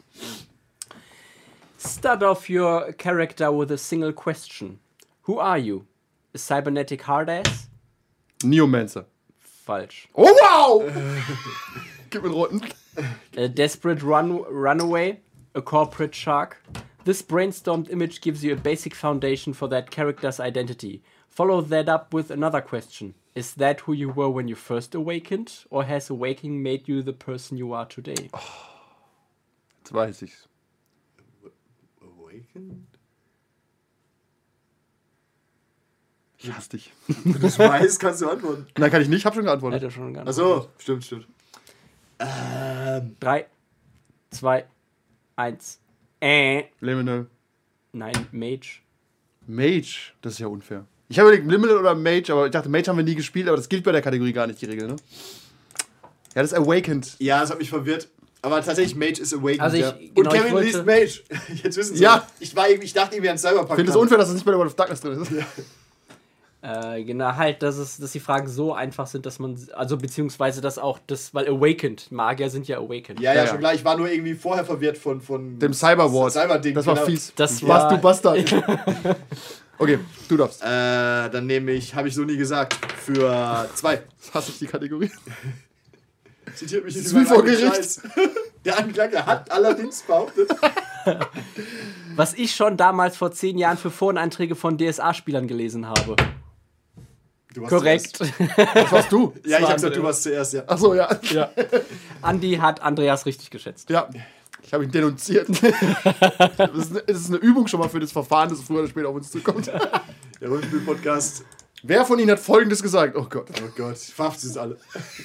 Start off your character with a single question. Who are you? A cybernetic hardass? Neomancer. Falsch. Oh, wow! Gib mir einen roten. A desperate run runaway? A corporate shark? This brainstormed image gives you a basic foundation for that character's identity. Follow that up with another question. Is that who you were when you first awakened? Or has awakening made you the person you are today? Jetzt weiß ich's. Awakened? Ich hasse dich. Wenn du es weißt, kannst du antworten. Nein, kann ich nicht. Hab schon geantwortet. Hätte schon gar nicht. Achso, stimmt, stimmt. Ähm, Drei, zwei, eins. Äh. Liminal. Nein, Mage. Mage. Das ist ja unfair. Ich habe überlegt, Liminal oder Mage, aber ich dachte, Mage haben wir nie gespielt, aber das gilt bei der Kategorie gar nicht, die Regel, ne? Ja, das ist Awakened. ja, das hat mich verwirrt. Aber tatsächlich, Mage ist Awakened. Also ich- ja. genau, Und ich Kevin wollte- liest Mage. Jetzt wissen Sie. Ja. Ich, war, irgendwie- ich dachte irgendwie an Cyberpunk. Ich finde es unfair, dass das nicht bei der World of Darkness drin ist. Äh, genau, halt, dass, es, dass die Fragen so einfach sind, dass man, also beziehungsweise das auch, das, weil Awakened, Magier sind ja Awakened. Ja, ja, Ja, ja. schon klar. Ich war nur irgendwie vorher verwirrt von, von Dem Cyberward. Cyber-Ding. Das war genau. fies. Das Was, war- du Bastard. Okay, du darfst. Äh, dann nehme ich, habe ich so nie gesagt, für zwei. Das hasse ich die Kategorie. Zitiert mich Das nicht ist wie über vor meinen Gericht. Scheiß. Der Anklagte hat allerdings behauptet. Was ich schon damals vor zehn Jahren für Foreneinträge von D S A-Spielern gelesen habe. Du warst Korrekt. zuerst. Das warst du. Ja, ich war hab gesagt, Andrea. du warst zuerst, ja. Achso, ja. Ja. Andi hat Andreas richtig geschätzt. Ja. Ich habe ihn denunziert. Das ist, eine, das ist eine Übung schon mal für das Verfahren, das früher oder später auf uns zukommt. Der Rollenspiel-Podcast. Wer von Ihnen hat Folgendes gesagt? Oh Gott. Oh Gott, verhaftet es alle.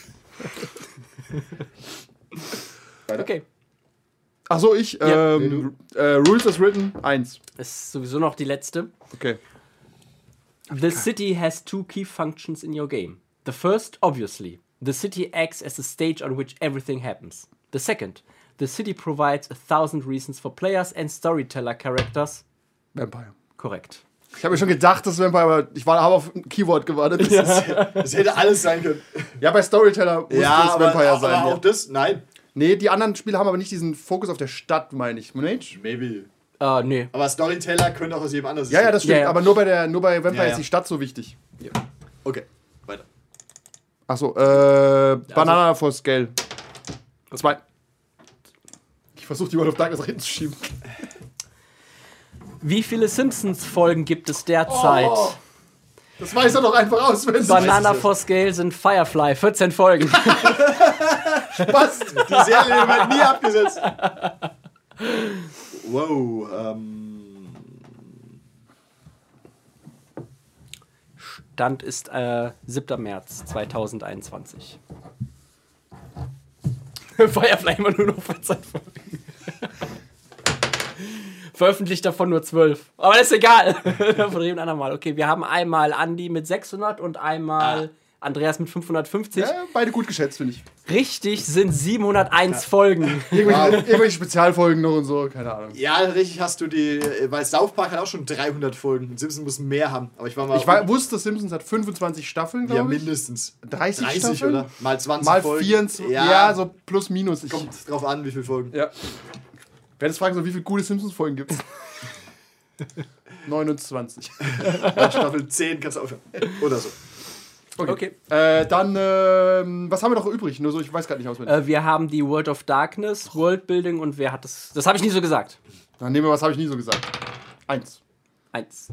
Okay. Achso, ich. Ja. Ähm, äh, Rules as written, eins. Das ist sowieso noch die letzte. Okay. The city has two key functions in your game. The first, obviously, the city acts as a stage on which everything happens. The second, the city provides a thousand reasons for players and storyteller characters. Vampire. Korrekt. Ich habe mir schon gedacht, das ist Vampire, aber ich war, habe auf ein Keyword gewartet. Das ja. Ist, Das hätte alles sein können. ja, bei Storyteller muss Ja, das aber, Vampire aber sein. auch Ja. das? Nein. Nee, die anderen Spiele haben aber nicht diesen Fokus auf der Stadt, meine ich. Mage? Maybe. Äh, nee. Aber Storyteller könnte auch aus jedem anderen Ja, ja, das stimmt. Ja, ja. Aber nur bei, der, nur bei Vampire Ja, ja. ist die Stadt so wichtig. Okay, weiter. Achso, äh, Banana for Scale. Zwei. Ich versuche die World of Darkness nach hinten zu schieben. Wie viele Simpsons-Folgen gibt es derzeit? Oh, das weiß er doch einfach aus, wenn Banana weiß ich for Scale sind Firefly, vierzehn Folgen. Was? Die Serie wird nie abgesetzt. Wow, ähm. Stand ist äh, siebter März zweitausendeinundzwanzig. Firefly immer nur noch vierzehn Folgen. Veröffentlicht davon nur zwölf. Aber das ist egal. Von jedem anderen Mal. Okay, wir haben einmal Andi mit sechshundert und einmal Ah. Andreas mit fünfhundertfünfzig. Ja, beide gut geschätzt, finde ich. Richtig sind siebenhunderteins Folgen. Irgendwelche, irgendwelche Spezialfolgen noch und so, keine Ahnung. Ja, richtig hast du die. Weil South Park hat auch schon dreihundert Folgen. Simpsons muss mehr haben. Aber ich war mal. Ich war, wusste, Simpsons hat fünfundzwanzig Staffeln, ja, glaube ich. mindestens. dreißig, dreißig, Staffeln? oder? Mal zwanzig Mal Folgen. vierundzwanzig, ja, Ja, so plus minus. Ich, kommt drauf an, wie viele Folgen. ja. Wer das fragen soll, wie viele gute Simpsons-Folgen gibt es? neunundzwanzig. Bei Staffel zehn kannst du aufhören. Oder so. Okay. Okay. Äh, dann, ähm, was haben wir noch übrig? Nur so, ich weiß gerade nicht auswendig. Äh, wir haben die World of Darkness, Worldbuilding und wer hat das? Das habe ich nie so gesagt. Dann nehmen wir, was habe ich nie so gesagt. Eins. Eins.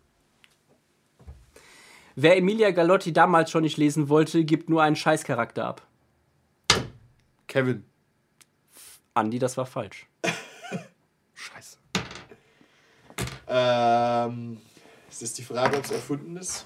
Wer Emilia Galotti damals schon nicht lesen wollte, gibt nur einen Scheißcharakter ab. Kevin. Andi, das war falsch. Scheiße. Ähm. Ist das die Frage, ob es erfunden ist?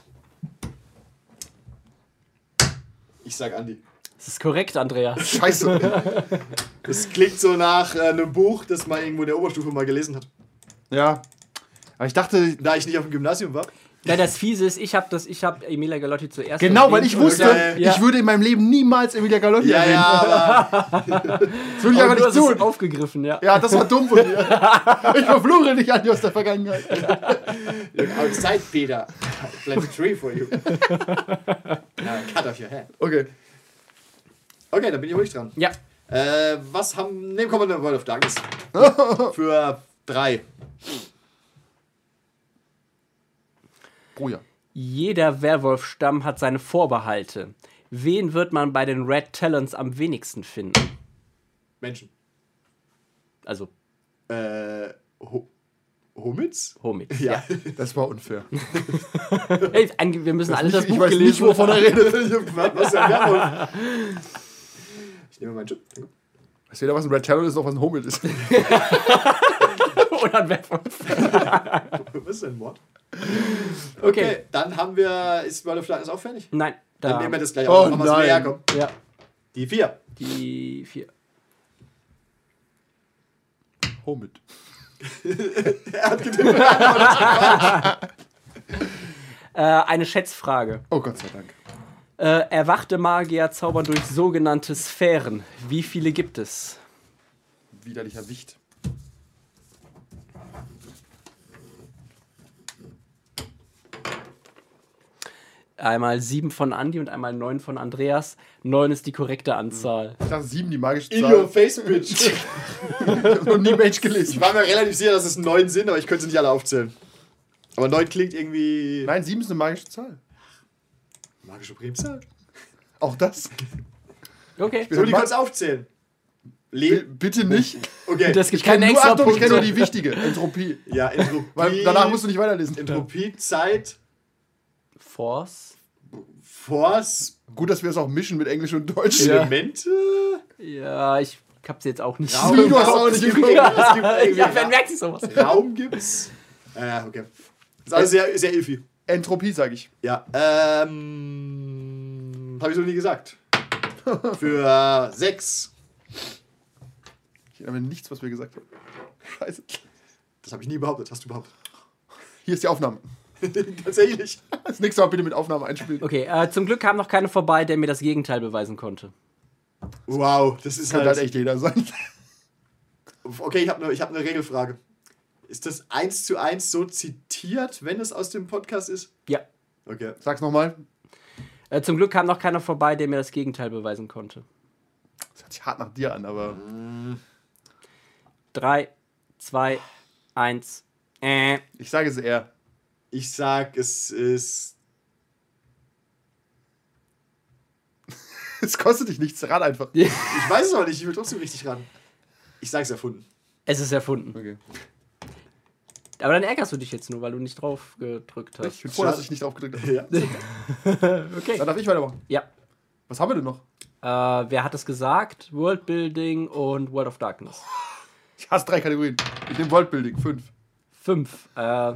Ich sag Andi. Das ist korrekt, Andreas. Scheiße. Das klingt so nach äh, einem Buch, das man irgendwo in der Oberstufe mal gelesen hat. Ja. Aber ich dachte, Da ich nicht auf dem Gymnasium war. Ja, das Fiese ist, ich habe das, ich habe Emilia Galotti zuerst. Genau, weil erwähnt ich und- wusste, Ja. ich würde in meinem Leben niemals Emilia Galotti Ja, erwähnen. ja, aber Das würde ich Aber einfach du nicht hast es tun. aufgegriffen, ja. Ja, das war dumm von mir. Ich verfluche dich an die aus der Vergangenheit. look outside, Peter. Plant a tree for you. Now cut off your head. Okay. Okay, dann bin ich ruhig dran. Ja. Äh, was haben. Nehmen wir mal World of Darkness. Für drei. Oh ja. Jeder Werwolf-Stamm hat seine Vorbehalte. Wen wird man bei den Red Talons am wenigsten finden? Menschen. Also Äh. Ho Homitz? Homit. Ja. Das war unfair. Hey, ange- wir müssen alle das ich Buch weiß gelesen nicht, wovon er redet. Was ist ein Werwolf? Ich nehme meinen Chip. Weiß weder, was ein Red Talon ist, noch was ein Homid ist. Oder ein Werwolf. Was ist denn ein Mord? Okay. Okay, dann haben wir. Ist World of Darkness auch fertig? Nein. Dann Da. nehmen wir das gleich Oh auf. Machen wir es nein. näher, komm. Ja. Die vier. Die vier. Homid. Er hat getippt. Äh, eine Schätzfrage. Oh Gott sei Dank. Äh, erwachte Magier zaubern durch sogenannte Sphären. Wie viele gibt es? Widerlicher Wicht. Einmal sieben von Andi und einmal neun von Andreas. Neun ist die korrekte Anzahl. Ich dachte sieben, die magische In your Zahl. face, bitch. Ich hab noch nie Mage Ich gelesen. war mir relativ sicher, dass es neun sind, aber ich könnte sie nicht alle aufzählen. Aber neun klingt irgendwie. Nein, sieben ist eine magische Zahl. Magische Primzahl. Auch das. Okay. So, die kannst du aufzählen. B Le bitte nicht. okay. Das gibt Ich kenne keine nur, extra Achtung, ich kenne nur Punkte. die wichtige. Entropie. Ja, Entropie. Weil danach musst du nicht weiterlesen. Entropie, Zeit, Force. Force, Gut, dass wir es auch mischen mit Englisch und Deutsch. Ja. Elemente. Ja, ich hab's jetzt auch nicht. Raum. Wie, du hast auch Es nicht gibt geguckt. irgendwie- es gibt irgendwie Ja, wer Ra- merkt sich sowas? Raum gibt's. Ja, okay. Das ist alles sehr, sehr ilfi. Entropie, sag ich. Ja, ähm. Hab ich so nie gesagt. Für sechs. Ich habe nichts, was wir gesagt haben. Scheiße. Das habe ich nie behauptet. Hast du behauptet? Hier ist die Aufnahme. Tatsächlich. Das nächste Mal bitte mit Aufnahme einspielen. Okay, äh, zum Glück kam noch keiner vorbei, der mir das Gegenteil beweisen konnte. Wow, das ist Kann halt. halt echt jeder sein. Okay, ich habe eine hab ne Regelfrage. Ist das eins zu eins so zitiert, wenn es aus dem Podcast ist? Ja. Okay. Sag's nochmal. Äh, zum Glück kam noch keiner vorbei, der mir das Gegenteil beweisen konnte. Das hört sich hart nach dir an, aber. Drei, zwei, eins. Äh. Ich sage es eher. Ich sag, es ist. Es kostet dich nichts, rat einfach. Ich weiß es aber nicht, ich will trotzdem richtig ran. Ich sag's erfunden. Es ist erfunden. Okay. Aber dann ärgerst du dich jetzt nur, weil du nicht drauf gedrückt hast. Ich bin froh, dass ich nicht drauf gedrückt habe. Ja. Okay. Dann darf ich weitermachen. Ja. Was haben wir denn noch? Äh, wer hat es gesagt? Worldbuilding und World of Darkness. Ich hasse drei Kategorien. Mit dem Worldbuilding, fünf. Fünf. Äh.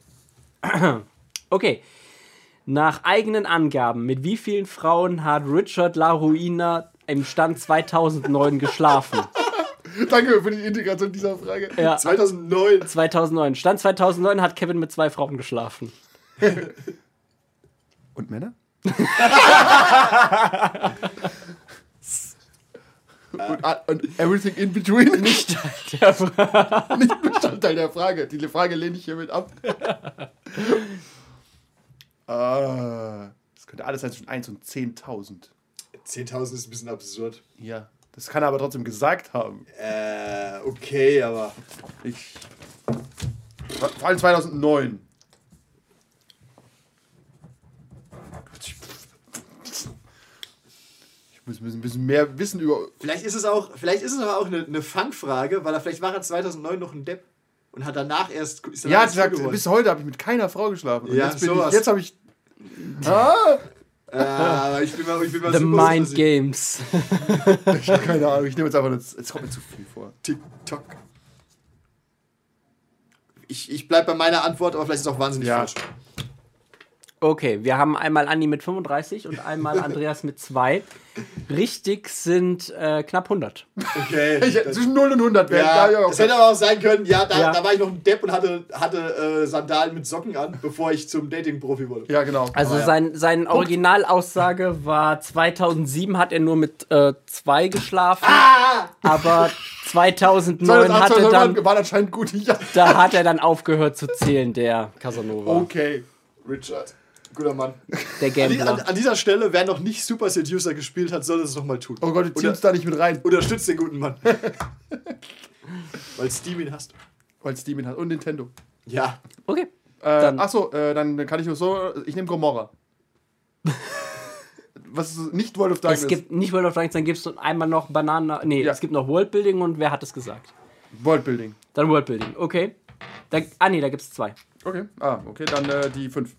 Okay. Nach eigenen Angaben, mit wie vielen Frauen hat Richard LaRuina im Stand zweitausendneun geschlafen? Danke für die Integration dieser Frage. Ja, zweitausendneun. zweitausendneun. Stand zweitausendneun hat Kevin mit zwei Frauen geschlafen. Und Männer? und, ah, und everything in between? Nicht, Der Fra- nicht Bestandteil der Frage. Die Frage lehne ich hiermit ab. ah, das könnte alles sein zwischen eins und zehntausend. zehntausend ist ein bisschen absurd. Ja. Das kann er aber trotzdem gesagt haben. Äh, okay, aber. Ich. Vor allem zweitausendneun. Ich muss ein bisschen mehr wissen über. Vielleicht ist es auch, vielleicht ist es aber auch eine, eine Fangfrage, weil er vielleicht war er zweitausendneun noch ein Depp und hat danach erst. Ist danach Ja, erst gesagt, früh geworden. bis heute habe ich mit keiner Frau geschlafen. Und Ja, jetzt bin ich, sowas. jetzt habe ich. Ah, Äh, aber ich bin mal, ich bin mal The super Mind sicher, Games. ich habe keine Ahnung. Ich nehme jetzt einfach nur. Jetzt kommt mir zu viel vor. TikTok. Ich, ich bleib bei meiner Antwort, aber vielleicht ist es auch wahnsinnig Ja. falsch. Okay, wir haben einmal Andi mit fünfunddreißig und einmal Andreas mit zwei. Richtig sind äh, knapp hundert. Okay. Ich, zwischen null und hundert wäre Ja, ja, das hätte aber auch sein können, ja, da, Ja. da war ich noch ein Depp und hatte, hatte äh, Sandalen mit Socken an, bevor ich zum Dating-Profi wurde. ja, genau. Also Aber ja. sein, seine Originalaussage war, zweitausendsieben hat er nur mit äh, zwei geschlafen, Ah! aber zweitausendneun hatte zweitausendneun dann, waren anscheinend gute Jahre. da hat er dann aufgehehört zu zählen, der Casanova, Okay. Richard. Guter Mann. der An, die- an, Gambler. an dieser Stelle, wer noch nicht Super Seducer gespielt hat, soll es noch mal tun. Oh Gott, wir ziehen Oder- uns da nicht mit rein. Unterstützt den guten Mann. Weil Steam ihn hasst. Weil Steam ihn hat. Und Nintendo. Ja. Okay. Äh, Dann- achso, äh, dann kann ich nur so. Ich nehme Gomorra. Was ist nicht World of Darkness? Es gibt nicht World of Darkness, dann gibt es einmal noch Bananen. Nee, Ja. es gibt noch Worldbuilding und wer hat es gesagt? Worldbuilding. Dann Worldbuilding, okay. Da, ah nee, da gibt es zwei. Okay. Ah, okay, dann äh, die fünf.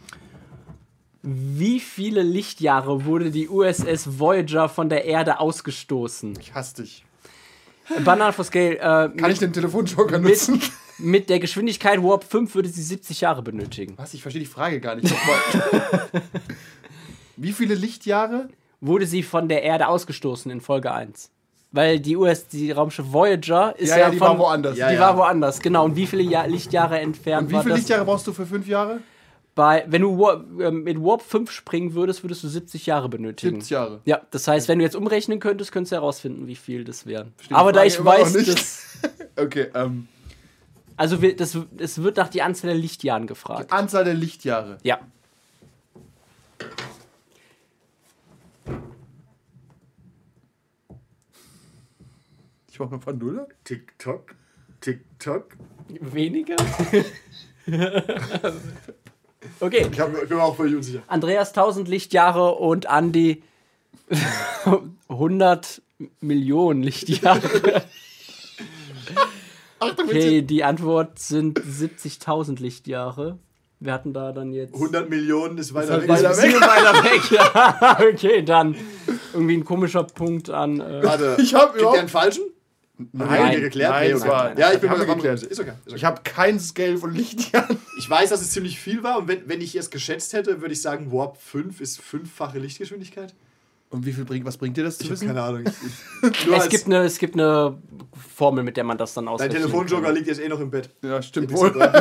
Wie viele Lichtjahre wurde die U S S Voyager von der Erde ausgestoßen? Ich hasse dich. Banana for Scale, äh, Kann ich den Telefonjoker mit, nutzen? mit der Geschwindigkeit Warp fünf würde sie siebzig Jahre benötigen. Was? Ich verstehe die Frage gar nicht. Nochmal. Wie viele Lichtjahre? Wurde sie von der Erde ausgestoßen in Folge eins? Weil die U S, die Raumschiff Voyager ist Ja, ja, ja, die von, war woanders. Ja, die ja. war woanders, genau. Und wie viele Jahr, Lichtjahre entfernt Und wie war viele das? Lichtjahre brauchst du für fünf Jahre? Bei, wenn du Warp, äh, mit Warp fünf springen würdest, würdest du siebzig Jahre benötigen. siebzig Jahre. Ja, das heißt, wenn du jetzt umrechnen könntest, könntest du herausfinden, wie viel das wären. die Aber da Frage ich immer noch weiß, nicht. dass, Okay, ähm. also wir- das, es wird nach die Anzahl der Lichtjahren gefragt. Anzahl der Lichtjahre. Ja. Ich mach mal ein paar Nuller. TikTok. TikTok. Weniger? Okay. Ich, hab, ich bin mir auch völlig unsicher. Andreas tausend Lichtjahre und Andi hundert Millionen Lichtjahre. Okay, die Antwort sind siebzigtausend Lichtjahre. Wir hatten da dann jetzt... hundert Millionen ist weiter halt weg. weiter Ist viel weiter weg. Ja. Okay, dann irgendwie ein komischer Punkt an... Äh, Warte, Ich hab gibt der überhaupt- einen falschen? Nein, Haben wir geklärt? nein, Nee, es okay. war- Ja, ich bin haben mir wir geklärt. geklärt. Ist okay. Ist okay. Ich habe kein Scale von Lichtjahren. Ich weiß, dass es ziemlich viel war und wenn, wenn ich es geschätzt hätte, würde ich sagen, Warp fünf ist fünffache Lichtgeschwindigkeit. Und wie viel bringt, was bringt dir das zu Ich habe wissen? keine Ahnung. Ich, nur es, als- gibt eine, es gibt eine Formel, mit der man das dann Dein ausrechnen Telefonjoker kann. liegt jetzt eh noch im Bett. Ja, stimmt Ein wohl. bisschen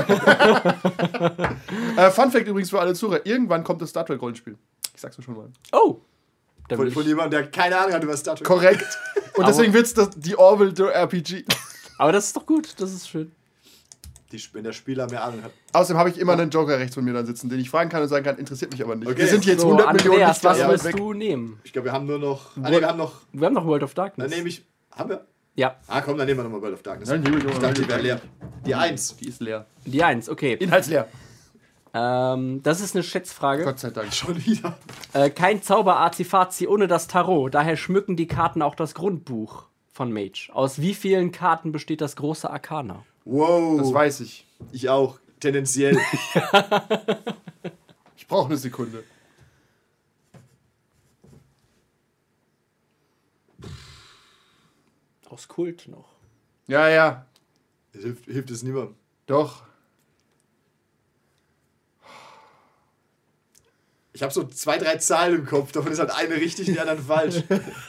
Äh, Fun Fact übrigens für alle Zuhörer. Irgendwann kommt das Star Trek Rollenspiel. Ich sag's nur schon mal. Oh! Da Von, will von ich, jemandem, der keine Ahnung hat über Star Trek. Korrekt. Und deswegen wird's das, die Orville R P G. aber das ist doch gut, das ist schön. Die, wenn der Spieler mehr Ahnung hat. Außerdem habe ich immer einen Joker rechts von mir dann sitzen, den ich fragen kann und sagen kann, interessiert mich aber nicht. Okay. Wir sind hier jetzt So, hundert Millionen Andreas, was Lichtjahre willst weg. du nehmen? Ich glaube, wir haben nur noch. Ah, nee, wir haben noch. Wir haben noch World of Darkness. Dann nehme ich. Haben wir? Ja, Ah, komm, dann nehmen wir nochmal World of Darkness. Dann nehme ich Ich nochmal dachte, die wäre World of leer. Die eins. Die ist leer. die eins, okay. Inhaltsleer. Ähm, das ist eine Schätzfrage. Gott sei Dank. Schon wieder. Äh, kein Zauber-Azifazi ohne das Tarot. Daher schmücken die Karten auch das Grundbuch von Mage. Aus wie vielen Karten besteht das große Arkana? Wow. Das weiß ich. ich auch. Tendenziell. Ich brauche eine Sekunde. Aus Kult noch. Ja, ja. hilft, hilft es niemandem. Doch. Ich habe so zwei, drei Zahlen im Kopf. Davon ist halt eine richtig und die anderen falsch.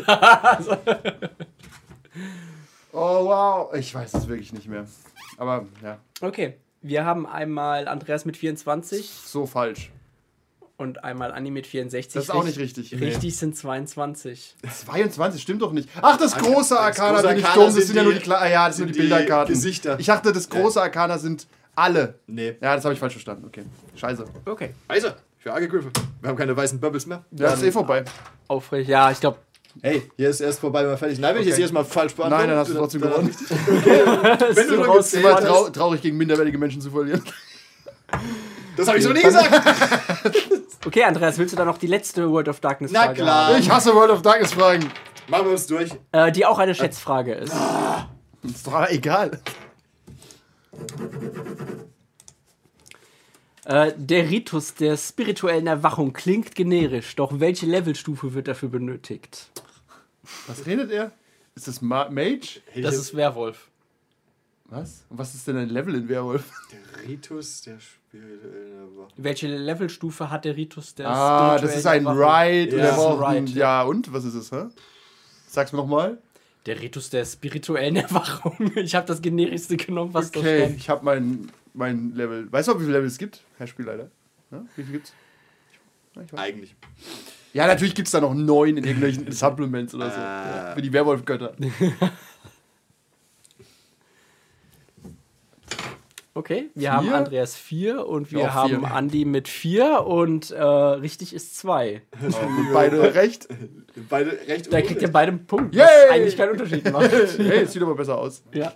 Oh, wow. Ich weiß es wirklich nicht mehr. Aber, ja. Okay, wir haben einmal Andreas mit vierundzwanzig So falsch. und einmal Anni mit vierundsechzig. Das ist auch nicht richtig. Nee. Richtig sind zweiundzwanzig. zweiundzwanzig stimmt doch nicht. Ach, das große Das Arcana, große bin ich Arcana dumm. Das sind sind ja nur die, die- Kla ah, ja, das sind sind nur die die Bilderkarten. Gesichter. Ich dachte, das große Arcana sind alle. Nee. Ja, das habe ich falsch verstanden. Okay. Scheiße. Okay. Also, für angegriffen. Wir haben keine weißen Bubbles mehr. Ja, das ist eh vorbei. Aufrecht. Ja, ich glaube, Hey, hier ist erst vorbei, wenn wir fertig. Nein, wenn ich Okay. jetzt jedes Mal falsch beantworte. Nein, dann hast du trotzdem gewonnen. Wenn du du nur raus- gezählt Immer hast. trau traurig gegen minderwertige Menschen zu verlieren. Das habe ich so nie gesagt. okay, Andreas, willst du da noch die letzte World of Darkness Na Frage klar. haben? Ich hasse World of Darkness Fragen. Machen wir uns durch. Äh, die auch eine Schätzfrage ist. Ist doch egal. Äh, der Ritus der spirituellen Erwachung klingt generisch, doch welche Levelstufe wird dafür benötigt? Was redet er? Ist das Ma Mage? Das ist Werwolf. Was? Und was ist denn ein Level in Werwolf? der Ritus der spirituellen aber. Welche Levelstufe hat der Ritus der Ah, das ist ein spirituellen Erwachung? Ride. Ja, Ja, das ist ein ein Ride, ja, und? Was ist es, hä? Sag's mir nochmal. Der Ritus der spirituellen Erwachung. Ich habe das generischste genommen, was da Okay, stand. ich habe mein, mein Level. Weißt du, wie viele Level es gibt, Herr Spielleiter? Ja, wie viel gibt's? Ja, ich weiß. Eigentlich. Ja, natürlich gibt's da noch neun in irgendwelchen Supplements oder so. Äh. Ja, für die Werwolf-Götter. Okay, wir Vier? haben Andreas vier und wir Ja, haben vier. Andi mit vier und äh, richtig ist zwei. Beide recht. Beide recht Da kriegt ihr beide einen Punkt, Yay! was eigentlich keinen Unterschied macht. Hey, es sieht aber besser aus. Ja.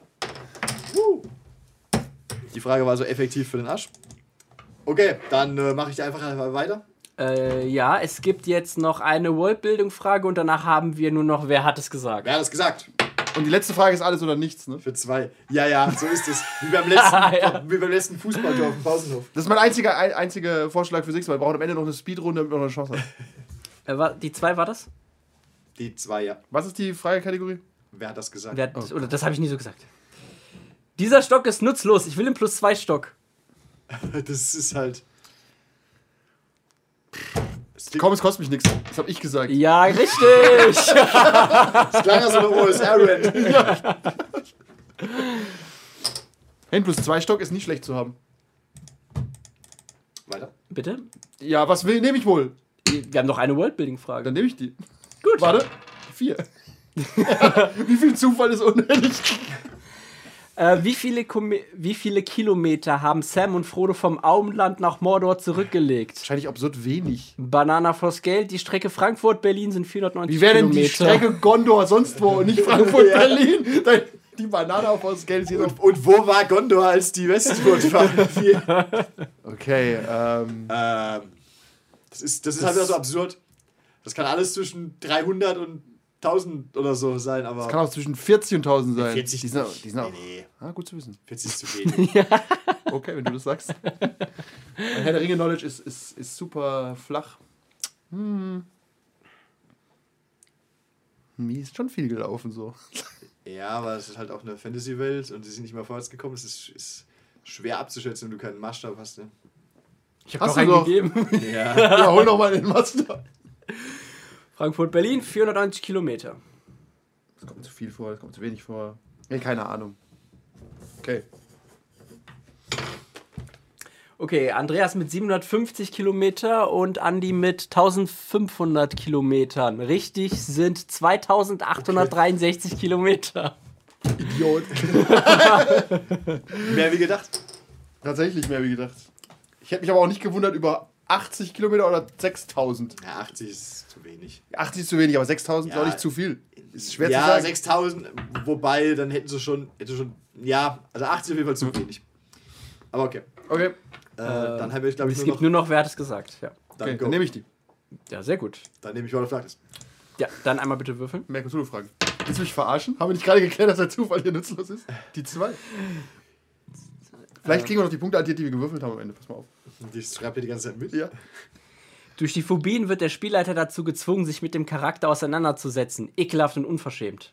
Die Frage war so effektiv für den Arsch. Okay, dann äh, mache ich einfach weiter. Äh, ja, es gibt jetzt noch eine Worldbuilding-Frage und danach haben wir nur noch, wer hat es gesagt? Wer hat das gesagt? Und die letzte Frage ist alles oder nichts, ne? Für zwei. Ja, ja, so ist es. Wie beim letzten, Ja. wie beim letzten Fußballtor auf dem Pausenhof. Das ist mein einziger, ein, einziger Vorschlag für sechs, weil wir brauchen am Ende noch eine Speedrunde, damit wir noch eine Chance haben. Äh, war, die zwei war das? Die zwei, ja. Was ist die Fragekategorie? Wer hat das gesagt? Wer hat, Oder das habe ich nie so gesagt. Dieser Stock ist nutzlos, ich will den plus zwei Stock. Das ist halt. Das klingt- Komm, es kostet mich nichts. Das habe ich gesagt. Ja, richtig! Das klang ja so eine O S R-Rent. N plus zwei Stock ist nicht schlecht zu haben. Weiter. Bitte? Ja, was will, nehme ich wohl? Wir haben noch eine Worldbuilding-Frage. Dann nehme ich die. Gut. Warte. Vier. Wie viel Zufall ist unnötig? Äh, wie, viele Kome- wie viele Kilometer haben Sam und Frodo vom Auenland nach Mordor zurückgelegt? Wahrscheinlich absurd wenig. Banana fürs Geld, die Strecke Frankfurt-Berlin sind vierhundertneunzig Wie wäre denn Kilometer. die Strecke Gondor sonst wo und nicht Frankfurt-Berlin? Die Banane auf das Geld ist hier Und, und wo war Gondor, als die Westfurt waren? Okay, ähm. ähm, das ist, das ist halt wieder so absurd. Das kann alles zwischen dreihundert und tausend oder so sein, aber. Das kann auch zwischen vierzig und tausend sein. vierzig die sind, auch- nicht. die sind auch. Nee, Ah, gut zu wissen. vierzig ist zu wenig. Okay, wenn du das sagst. Mein Herr der Ringe-Knowledge ist, ist, ist super flach. Hm. Mir ist schon viel gelaufen so. Ja, aber es ist halt auch eine Fantasy-Welt und sie sind nicht mehr vorwärts gekommen. Es ist, ist schwer abzuschätzen, wenn du keinen Maßstab hast. Ne? Ich habe Hast noch du einen doch. gegeben. Ja. Ja, hol noch mal den Master. Frankfurt-Berlin, vierhundertneunzig Kilometer. Das kommt zu viel vor, das kommt zu wenig vor. Ja, keine Ahnung. Okay. Okay, Andreas mit siebenhundertfünfzig Kilometer und Andi mit eintausendfünfhundert Kilometern. Richtig sind zweitausendachthundertdreiundsechzig Kilometer. Idiot. Mehr wie gedacht. Tatsächlich mehr wie gedacht. Ich hätte mich aber auch nicht gewundert über achtzig Kilometer oder sechstausend. Ja, achtzig ist zu wenig. achtzig ist zu wenig, aber sechstausend ist Ja. auch nicht zu viel. Ist schwer ja, zu sagen. sechstausend, wobei, dann hätten sie schon, hätten sie schon, ja, also achtzig auf jeden Fall zu wenig. Aber okay. Okay, Äh, dann habe ich, glaube ich, Es nur gibt noch. nur noch, wer hat es gesagt. Ja, Dann, okay go. dann nehme ich die. ja sehr gut. Dann nehme ich World of Darkness. Ja, dann einmal bitte würfeln. Mehr Cthulhu-Fragen. Willst du mich verarschen? Haben wir nicht gerade geklärt, dass der Zufall hier nutzlos ist? Die zwei. Vielleicht kriegen wir noch die Punkte addiert, die wir gewürfelt haben am Ende. Pass mal auf. Die schreibt ihr die ganze Zeit mit. Ja. Durch die Phobien wird der Spielleiter dazu gezwungen, sich mit dem Charakter auseinanderzusetzen. Ekelhaft und unverschämt.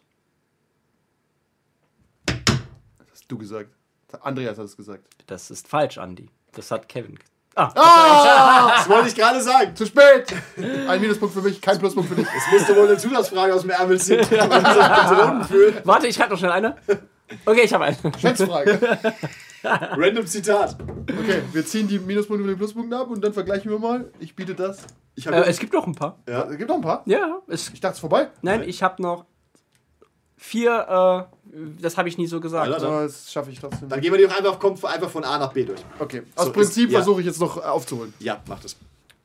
Das hast du gesagt. Andreas hat es gesagt. Das ist falsch, Andi. Das hat Kevin. Ah, Das wollte ich gerade sagen. Zu spät! Ein Minuspunkt für mich, kein Pluspunkt für dich. Es musste wohl eine Zusatzfrage aus dem Ärmel ziehen, wenn man sich betrogen fühlt. warte, ich schreibe noch schnell eine. Okay, ich habe eine. Schätzfrage. Random Zitat. Okay, wir ziehen die Minuspunkte von den Pluspunkten ab und dann vergleichen wir mal. Ich biete das. Ich Äh, habe es gibt noch ein paar. ja. Es gibt noch ein paar. Ja, es, Ich dachte, es ist vorbei. nein, ich habe noch vier. Äh, das habe ich nie so gesagt. Alter. Aber das schaffe ich trotzdem. Dann gehen wir die doch einfach, kommt einfach von A nach B durch. Okay, aus So, Prinzip ist- ja. versuche ich jetzt noch aufzuholen. Ja, macht es.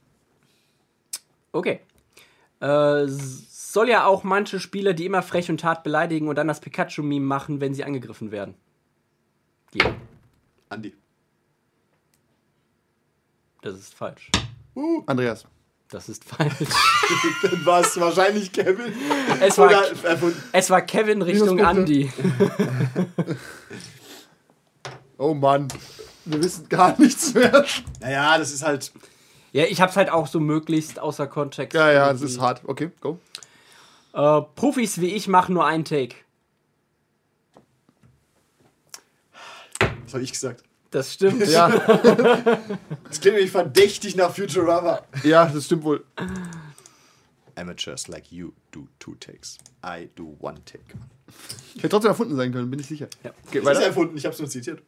Okay. Äh, s- soll ja auch manche Spieler, die immer frech und hart beleidigen und dann das Pikachu-Meme machen, wenn sie angegriffen werden. Gehen. Andi. Das ist falsch. Andreas. Das ist falsch. Dann war es wahrscheinlich Kevin. Es war, Oder erfunden. es war Kevin Richtung Minuspunkte. Andi. Oh Mann. Wir wissen gar nichts mehr. Naja, das ist halt. Ja, ich hab's halt auch so möglichst außer Kontext. Ja, ja, das ist hart. Okay, go. Äh, Profis wie ich machen nur einen Take. Was habe ich gesagt? Das stimmt. Ja, Das klingt nämlich verdächtig nach Futurama. ja, das stimmt wohl. Amateurs like you do two takes. I do one take. Hätte trotzdem erfunden sein können, bin ich sicher. Ja. Geht Das ist weiter? erfunden, ich hab's nur zitiert.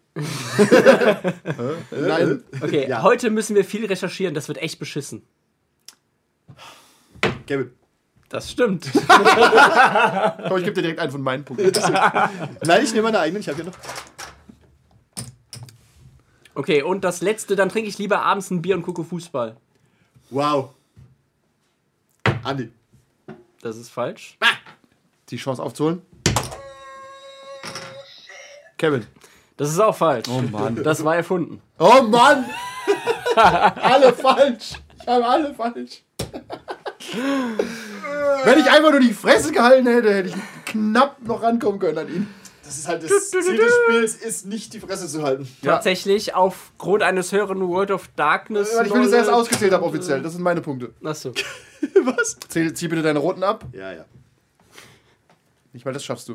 Nein. Okay, Ja. heute müssen wir viel recherchieren, das wird echt beschissen. Kevin. Das stimmt. Aber ich gebe dir direkt einen von meinen Punkten. Nein, ich nehme meine eigenen, ich habe hier noch. Okay, und das letzte, dann trinke ich lieber abends ein Bier und gucke Fußball. Wow. Andi. Das ist falsch. Die Chance aufzuholen. Kevin. Das ist auch falsch. Oh Mann. Das war erfunden. Oh Mann! Alle falsch! Ich habe alle falsch. Wenn ich einfach nur die Fresse gehalten hätte, hätte ich knapp noch rankommen können an ihn. Das ist halt das Ziel des Spiels, ist nicht die Fresse zu halten. Ja. Tatsächlich aufgrund eines höheren World of Darkness. Weil ich will das erst ausgezählt haben offiziell. Das sind meine Punkte. Achso. Was? Zähl, zieh bitte deine roten ab. Ja, ja. Nicht mal das schaffst du.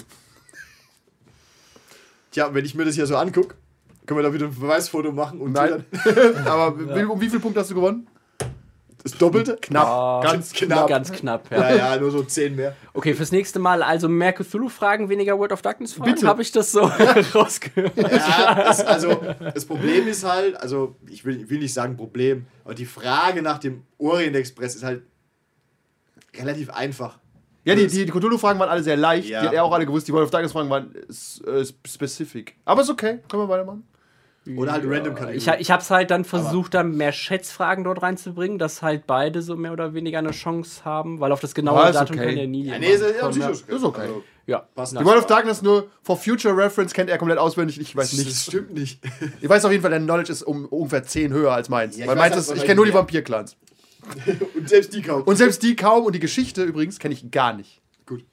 Tja, wenn ich mir das hier so angucke, können wir da wieder ein Beweisfoto machen und Nein. dann Aber wie, um wie viele Punkte hast du gewonnen? das Doppelte. Knapp. Ah, Ganz knapp. knapp. Ganz knapp, ja. Ja, ja, nur so zehn mehr. Okay, fürs nächste Mal also mehr Cthulhu-Fragen, weniger World of Darkness-Fragen. Bitte. Habe ich das so rausgehört? Ja, das, also das Problem ist halt, also ich will, ich will nicht sagen Problem, aber die Frage nach dem Orient Express ist halt relativ einfach. Ja, die, die, die Cthulhu-Fragen waren alle sehr leicht. Ja. Die hat er auch alle gewusst. Die World of Darkness-Fragen waren äh, specific. Aber ist okay. Können wir weitermachen? Oder halt random Kategorien. Ich, ich habe es halt dann versucht, dann mehr Schätzfragen dort reinzubringen, dass halt beide so mehr oder weniger eine Chance haben, weil auf das genaue Ah, ist Datum okay. kann ja nie ja, jemand nee, ist, ja, kommen, ja. natürlich Ist okay. Also, Ja, passt. Die World of Darkness nur for future reference kennt er komplett auswendig. Ich weiß das nichts. stimmt nicht. Ich weiß auf jeden Fall, dein Knowledge ist um ungefähr zehn höher als meins. Ja, ich Weil weiß meins halt ist, ich wahrscheinlich kenne nur die mehr. Vampir-Clans. Und selbst die kaum. Und selbst die kaum. Und die Geschichte übrigens kenne ich gar nicht. Gut.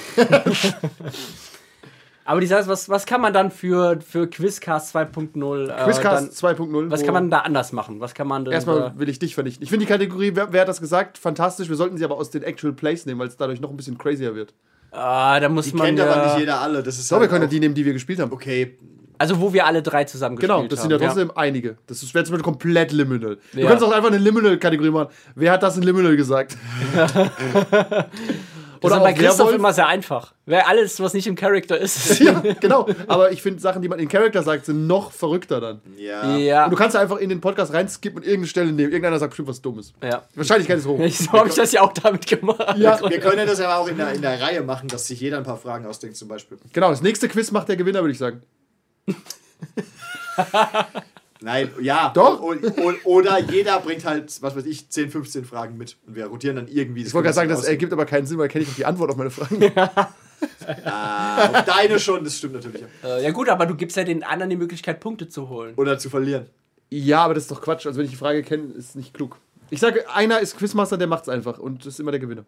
Aber die Sache ist, was, was kann man dann für, für Quizcast zwei Punkt null äh, Quizcast dann, zwei Punkt null. was wo- kann man da anders machen? Was kann man denn Erstmal da- will ich dich vernichten. Ich finde die Kategorie, wer, wer hat das gesagt, fantastisch. Wir sollten sie aber aus den Actual Plays nehmen, weil es dadurch noch ein bisschen crazier wird. Ah, da muss Die man kennt ja, aber nicht jeder alle. Das ist So, wir halt können ja auch- die nehmen, die wir gespielt haben. Okay. Also wo wir alle drei zusammen gespielt Genau, haben. das sind ja trotzdem einige. Das wäre zum Beispiel komplett Liminal. Du Ja. kannst auch einfach eine Liminal-Kategorie machen. Wer hat das in Liminal gesagt? Das ist auch bei Christoph Werwolf. immer sehr einfach. Wer alles, was nicht im Charakter ist. Ja, genau. Aber ich finde, Sachen, die man in Character sagt, sind noch verrückter dann. Ja. Ja. Und du kannst einfach in den Podcast reinskippen und irgendeine Stelle nehmen. Irgendeiner sagt bestimmt was Dummes. ja. Wahrscheinlichkeit ist hoch. So habe ich das ja auch damit gemacht. Ja. Wir können ja das aber auch in der, in der Reihe machen, dass sich jeder ein paar Fragen ausdenkt, zum Beispiel. Genau, das nächste Quiz macht der Gewinner, würde ich sagen. Nein, ja. Doch. O, o, oder jeder bringt halt, was weiß ich, zehn, fünfzehn Fragen mit. Und wir rotieren dann irgendwie. Ich wollte gerade sagen, das ergibt aber keinen Sinn, weil kenne ich noch die Antwort auf meine Fragen. Ah, auf deine schon, das stimmt natürlich. Äh, ja gut, aber du gibst ja den anderen die Möglichkeit, Punkte zu holen. Oder zu verlieren. Ja, aber das ist doch Quatsch. Also wenn ich die Frage kenne, ist nicht klug. Ich sage, einer ist Quizmaster, der macht's einfach. Und das ist immer der Gewinner.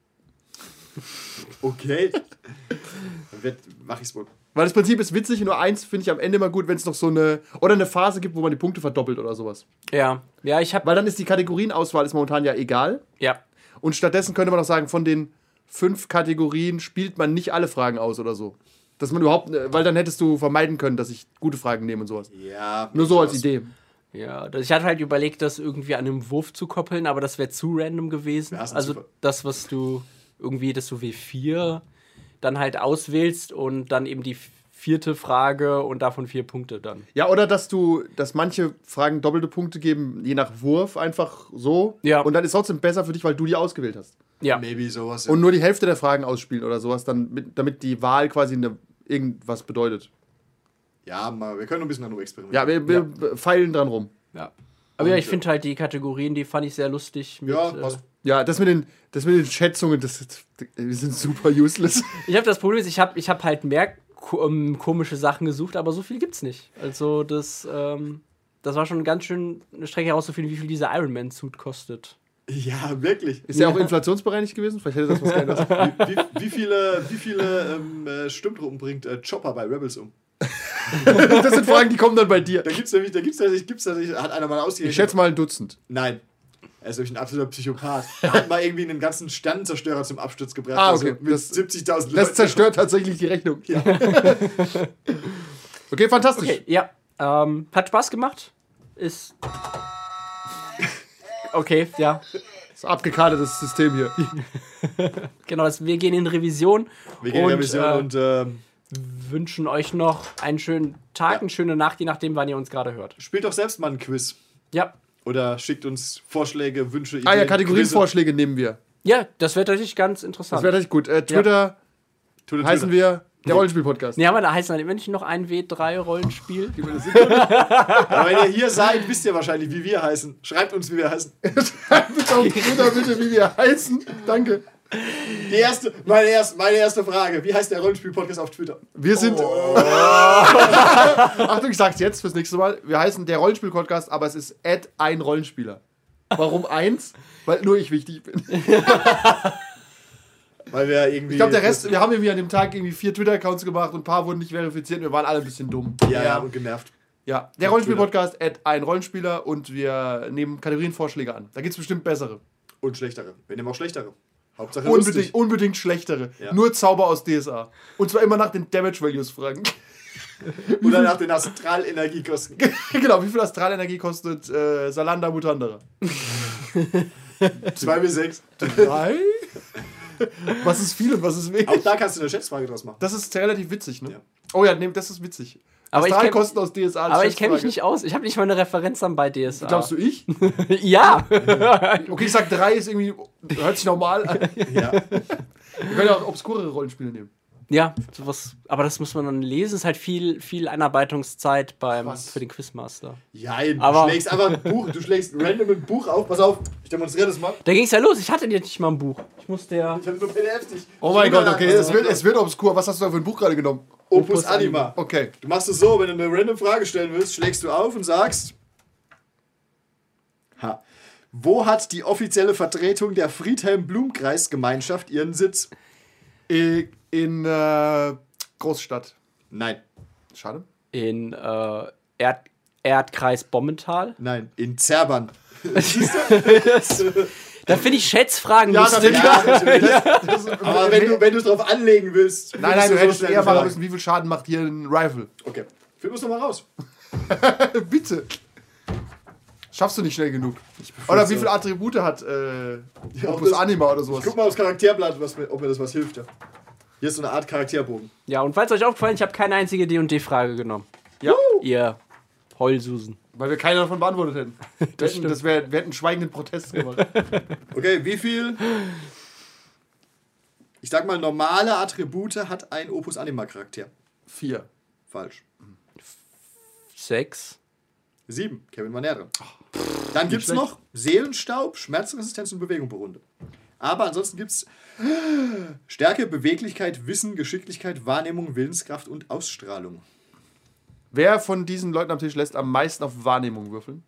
Okay. Dann wird, mach ich's wohl. Weil das Prinzip ist witzig und nur eins finde ich am Ende immer gut, wenn es noch so eine, oder eine Phase gibt, wo man die Punkte verdoppelt oder sowas. Ja. Ja, ich habe Weil dann ist die Kategorienauswahl ist momentan ja egal. ja. Und stattdessen könnte man auch sagen, von den fünf Kategorien spielt man nicht alle Fragen aus oder so. Dass man überhaupt, weil dann hättest du vermeiden können, dass ich gute Fragen nehme und sowas. Ja. Nur so als Idee. Ja, das- ich hatte halt überlegt, das irgendwie an einem Wurf zu koppeln, aber das wäre zu random gewesen. Ja, ist ein Also Zufall. das, was du irgendwie, das so W vier dann halt auswählst und dann eben die vierte Frage und davon vier Punkte dann. Ja, oder dass du, dass manche Fragen doppelte Punkte geben, je nach Wurf einfach so. Ja. Und dann ist es trotzdem besser für dich, weil du die ausgewählt hast. Ja. Maybe sowas. Ja. Und nur die Hälfte der Fragen ausspielen oder sowas, dann mit, damit die Wahl quasi eine, irgendwas bedeutet. ja, mal, wir können ein bisschen dann nur experimentieren. Ja, wir, wir feilen dran rum. Ja. Aber ja, ich finde halt die Kategorien, die fand ich sehr lustig. Mit, Ja, äh, passt. Ja, das mit den, das mit den Schätzungen, das, das, die sind super useless. ich habe das Problem, ist, ich habe ich hab halt mehr ko ähm, komische Sachen gesucht, aber so viel gibt's nicht. Also das, ähm, das war schon ganz schön eine Strecke herauszufinden, wie viel dieser Iron Man Suit kostet. Ja, wirklich. Ist der auch inflationsbereinigt gewesen? Vielleicht hätte das was geändert. Wie, wie viele, wie viele ähm, äh, Stimmtruppen bringt äh, Chopper bei Rebels um? Das sind Fragen, die kommen dann bei dir. Da gibt's nämlich, da gibt's tatsächlich, gibt's tatsächlich, hat einer mal ausgerechnet. Ich schätze mal ein Dutzend. Nein. Er ist nämlich ein absoluter Psychopath. Er hat mal irgendwie einen ganzen Sternenzerstörer zum Absturz gebracht. Ah, okay. Also mit Das- siebzigtausend Das zerstört tatsächlich die Rechnung. Ja. Okay, fantastisch. Okay, ja. Ähm, hat Spaß gemacht. Ist. Okay, ja. Das ist ein abgekartetes System hier. Genau, das, wir gehen in Revision. Wir gehen in und, Revision äh, und ähm, wünschen euch noch einen schönen Tag, Ja. eine schöne Nacht, je nachdem, wann ihr uns gerade hört. spielt doch selbst mal ein Quiz. Ja. Oder schickt uns Vorschläge, Wünsche, Ideen. Ah ja, Quizze. Kategorienvorschläge nehmen wir. Ja, das wird tatsächlich ganz Das interessant. wäre richtig gut. Äh, Twitter Twitter, heißen wir der Rollenspiel-Podcast. Nee, aber da heißt dann nicht noch ein W drei Rollenspiel. Aber wenn ihr hier seid, wisst ihr wahrscheinlich, wie wir heißen. Schreibt uns, wie wir heißen. Bitte auf Twitter, bitte, wie wir heißen. Danke. Die erste, meine, erste, meine erste Frage. Wie heißt der Rollenspiel-Podcast auf Twitter? Wir sind. Achtung, ich sag's jetzt fürs nächste Mal. Wir heißen der Rollenspiel-Podcast, aber es ist Ad ein Rollenspieler. Warum eins? Weil nur ich wichtig bin. Weil wir irgendwie. Ich glaube, der Rest, wir haben irgendwie an dem Tag irgendwie vier Twitter-Accounts gemacht und ein paar wurden nicht verifiziert und wir waren alle ein bisschen dumm. Ja, ja, und genervt. Ja, der Rollenspiel-Podcast, Ad ein Rollenspieler und wir nehmen Kategorienvorschläge an. Da gibt's bestimmt bessere. Und schlechtere. Wir nehmen auch schlechtere. Hauptsache Unbedingt, lustig. unbedingt schlechtere. Ja. Nur Zauber aus D S A. Und zwar immer nach den Damage Values fragen. Oder nach den Astralenergiekosten. Genau, wie viel Astralenergie kostet äh, Salanda Mutandera? zwei bis sechs. Drei? Was ist viel und was ist wenig? Auch da kannst du eine Schätzfrage draus machen. Das ist relativ witzig, ne? Ja. Oh ja, nee, das ist witzig. Aber ich kenn- Astralkosten aus D S A. als Aber ich kenne mich Schätzfrage. nicht aus. Ich habe nicht mal eine Referenz dann bei D S A. Glaubst du ich? Ja. Okay, ich sag drei ist irgendwie, hört sich normal an. Ja. Wir können ja auch obskurere Rollenspiele nehmen. Ja, sowas. Aber das muss man dann lesen. Es ist halt viel, viel Einarbeitungszeit beim, Was? für den Quizmaster. Ja, du Aber- schlägst einfach ein Buch, du schlägst random ein Buch auf. Pass auf, ich demonstriere das mal. Da ging es ja los. Ich hatte jetzt nicht mal ein Buch. Ich musste ja. Ich habe nur P D Fs nicht. Oh mein Gott, okay, es Also, wird, es wird obskur. Was hast du da für ein Buch gerade genommen? Opus Opus Anima. Okay. Du machst es so, wenn du eine random Frage stellen willst, schlägst du auf und sagst: Ha. Wo hat die offizielle Vertretung der Friedhelm-Blumkreis-Gemeinschaft ihren Sitz? I- In äh, Großstadt. Nein. Schade. In äh, Erd Erdkreis Bommental. Nein, in Zerbern. Da finde ich Schätzfragen Ja, lustig. Ja, natürlich. Das ist, Aber wenn du, wenn du es drauf anlegen willst. nein, nein, würdest du so hättest schnell eher machen fragen. müssen, wie viel Schaden macht hier ein Rifle. Okay. Finden wir es nochmal raus. Bitte. Schaffst du nicht schnell genug. befürchte- Oder wie viele Attribute hat äh, Ja, Opus das- Anima oder sowas? Guck mal aufs Charakterblatt, was mir, ob mir das was hilft. Ja. Hier ist so eine Art Charakterbogen. Ja, und falls euch aufgefallen ist, ich habe keine einzige D und D-Frage genommen. Ja, Ihr Heulsusen. weil wir keine davon beantwortet hätten. Wir hätten, stimmt. das wär, wir hätten einen schweigenden Protest gemacht. Okay, wie viel? Ich sag mal, normale Attribute hat ein Opus Anima Charakter. Vier. Falsch. Sechs. Sieben. Kevin war näher dran. Dann gibt's schlecht. noch Seelenstaub, Schmerzresistenz und Bewegung pro Runde. Aber ansonsten gibt's Stärke, Beweglichkeit, Wissen, Geschicklichkeit, Wahrnehmung, Willenskraft und Ausstrahlung. Wer von diesen Leuten am Tisch lässt am meisten auf Wahrnehmung würfeln?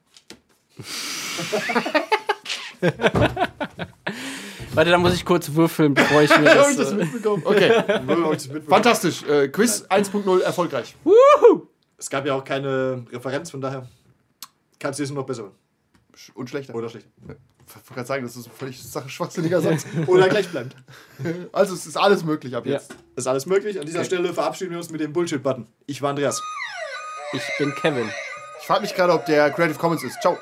Warte, da muss ich kurz würfeln, bevor ich mir das. das äh, mitbekommen? Okay, Wollen wir euch das mitbekommen? fantastisch. Äh, Quiz eins Punkt null erfolgreich. Es gab ja auch keine Referenz, von daher kannst du es nur noch besser Sch- Und schlechter. oder schlechter. Ich wollte gerade sagen, das ist ein völlig sache- schwachsinniger Satz. Oder gleich bleibt. Also es ist alles möglich ab Ja. jetzt. Das ist alles möglich. An dieser Okay. Stelle verabschieden wir uns mit dem Bullshit-Button. Ich war Andreas. Ich bin Kevin. Ich frage mich gerade, ob der Creative Commons ist. Ciao.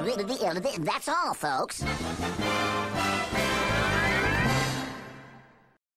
That's all, folks.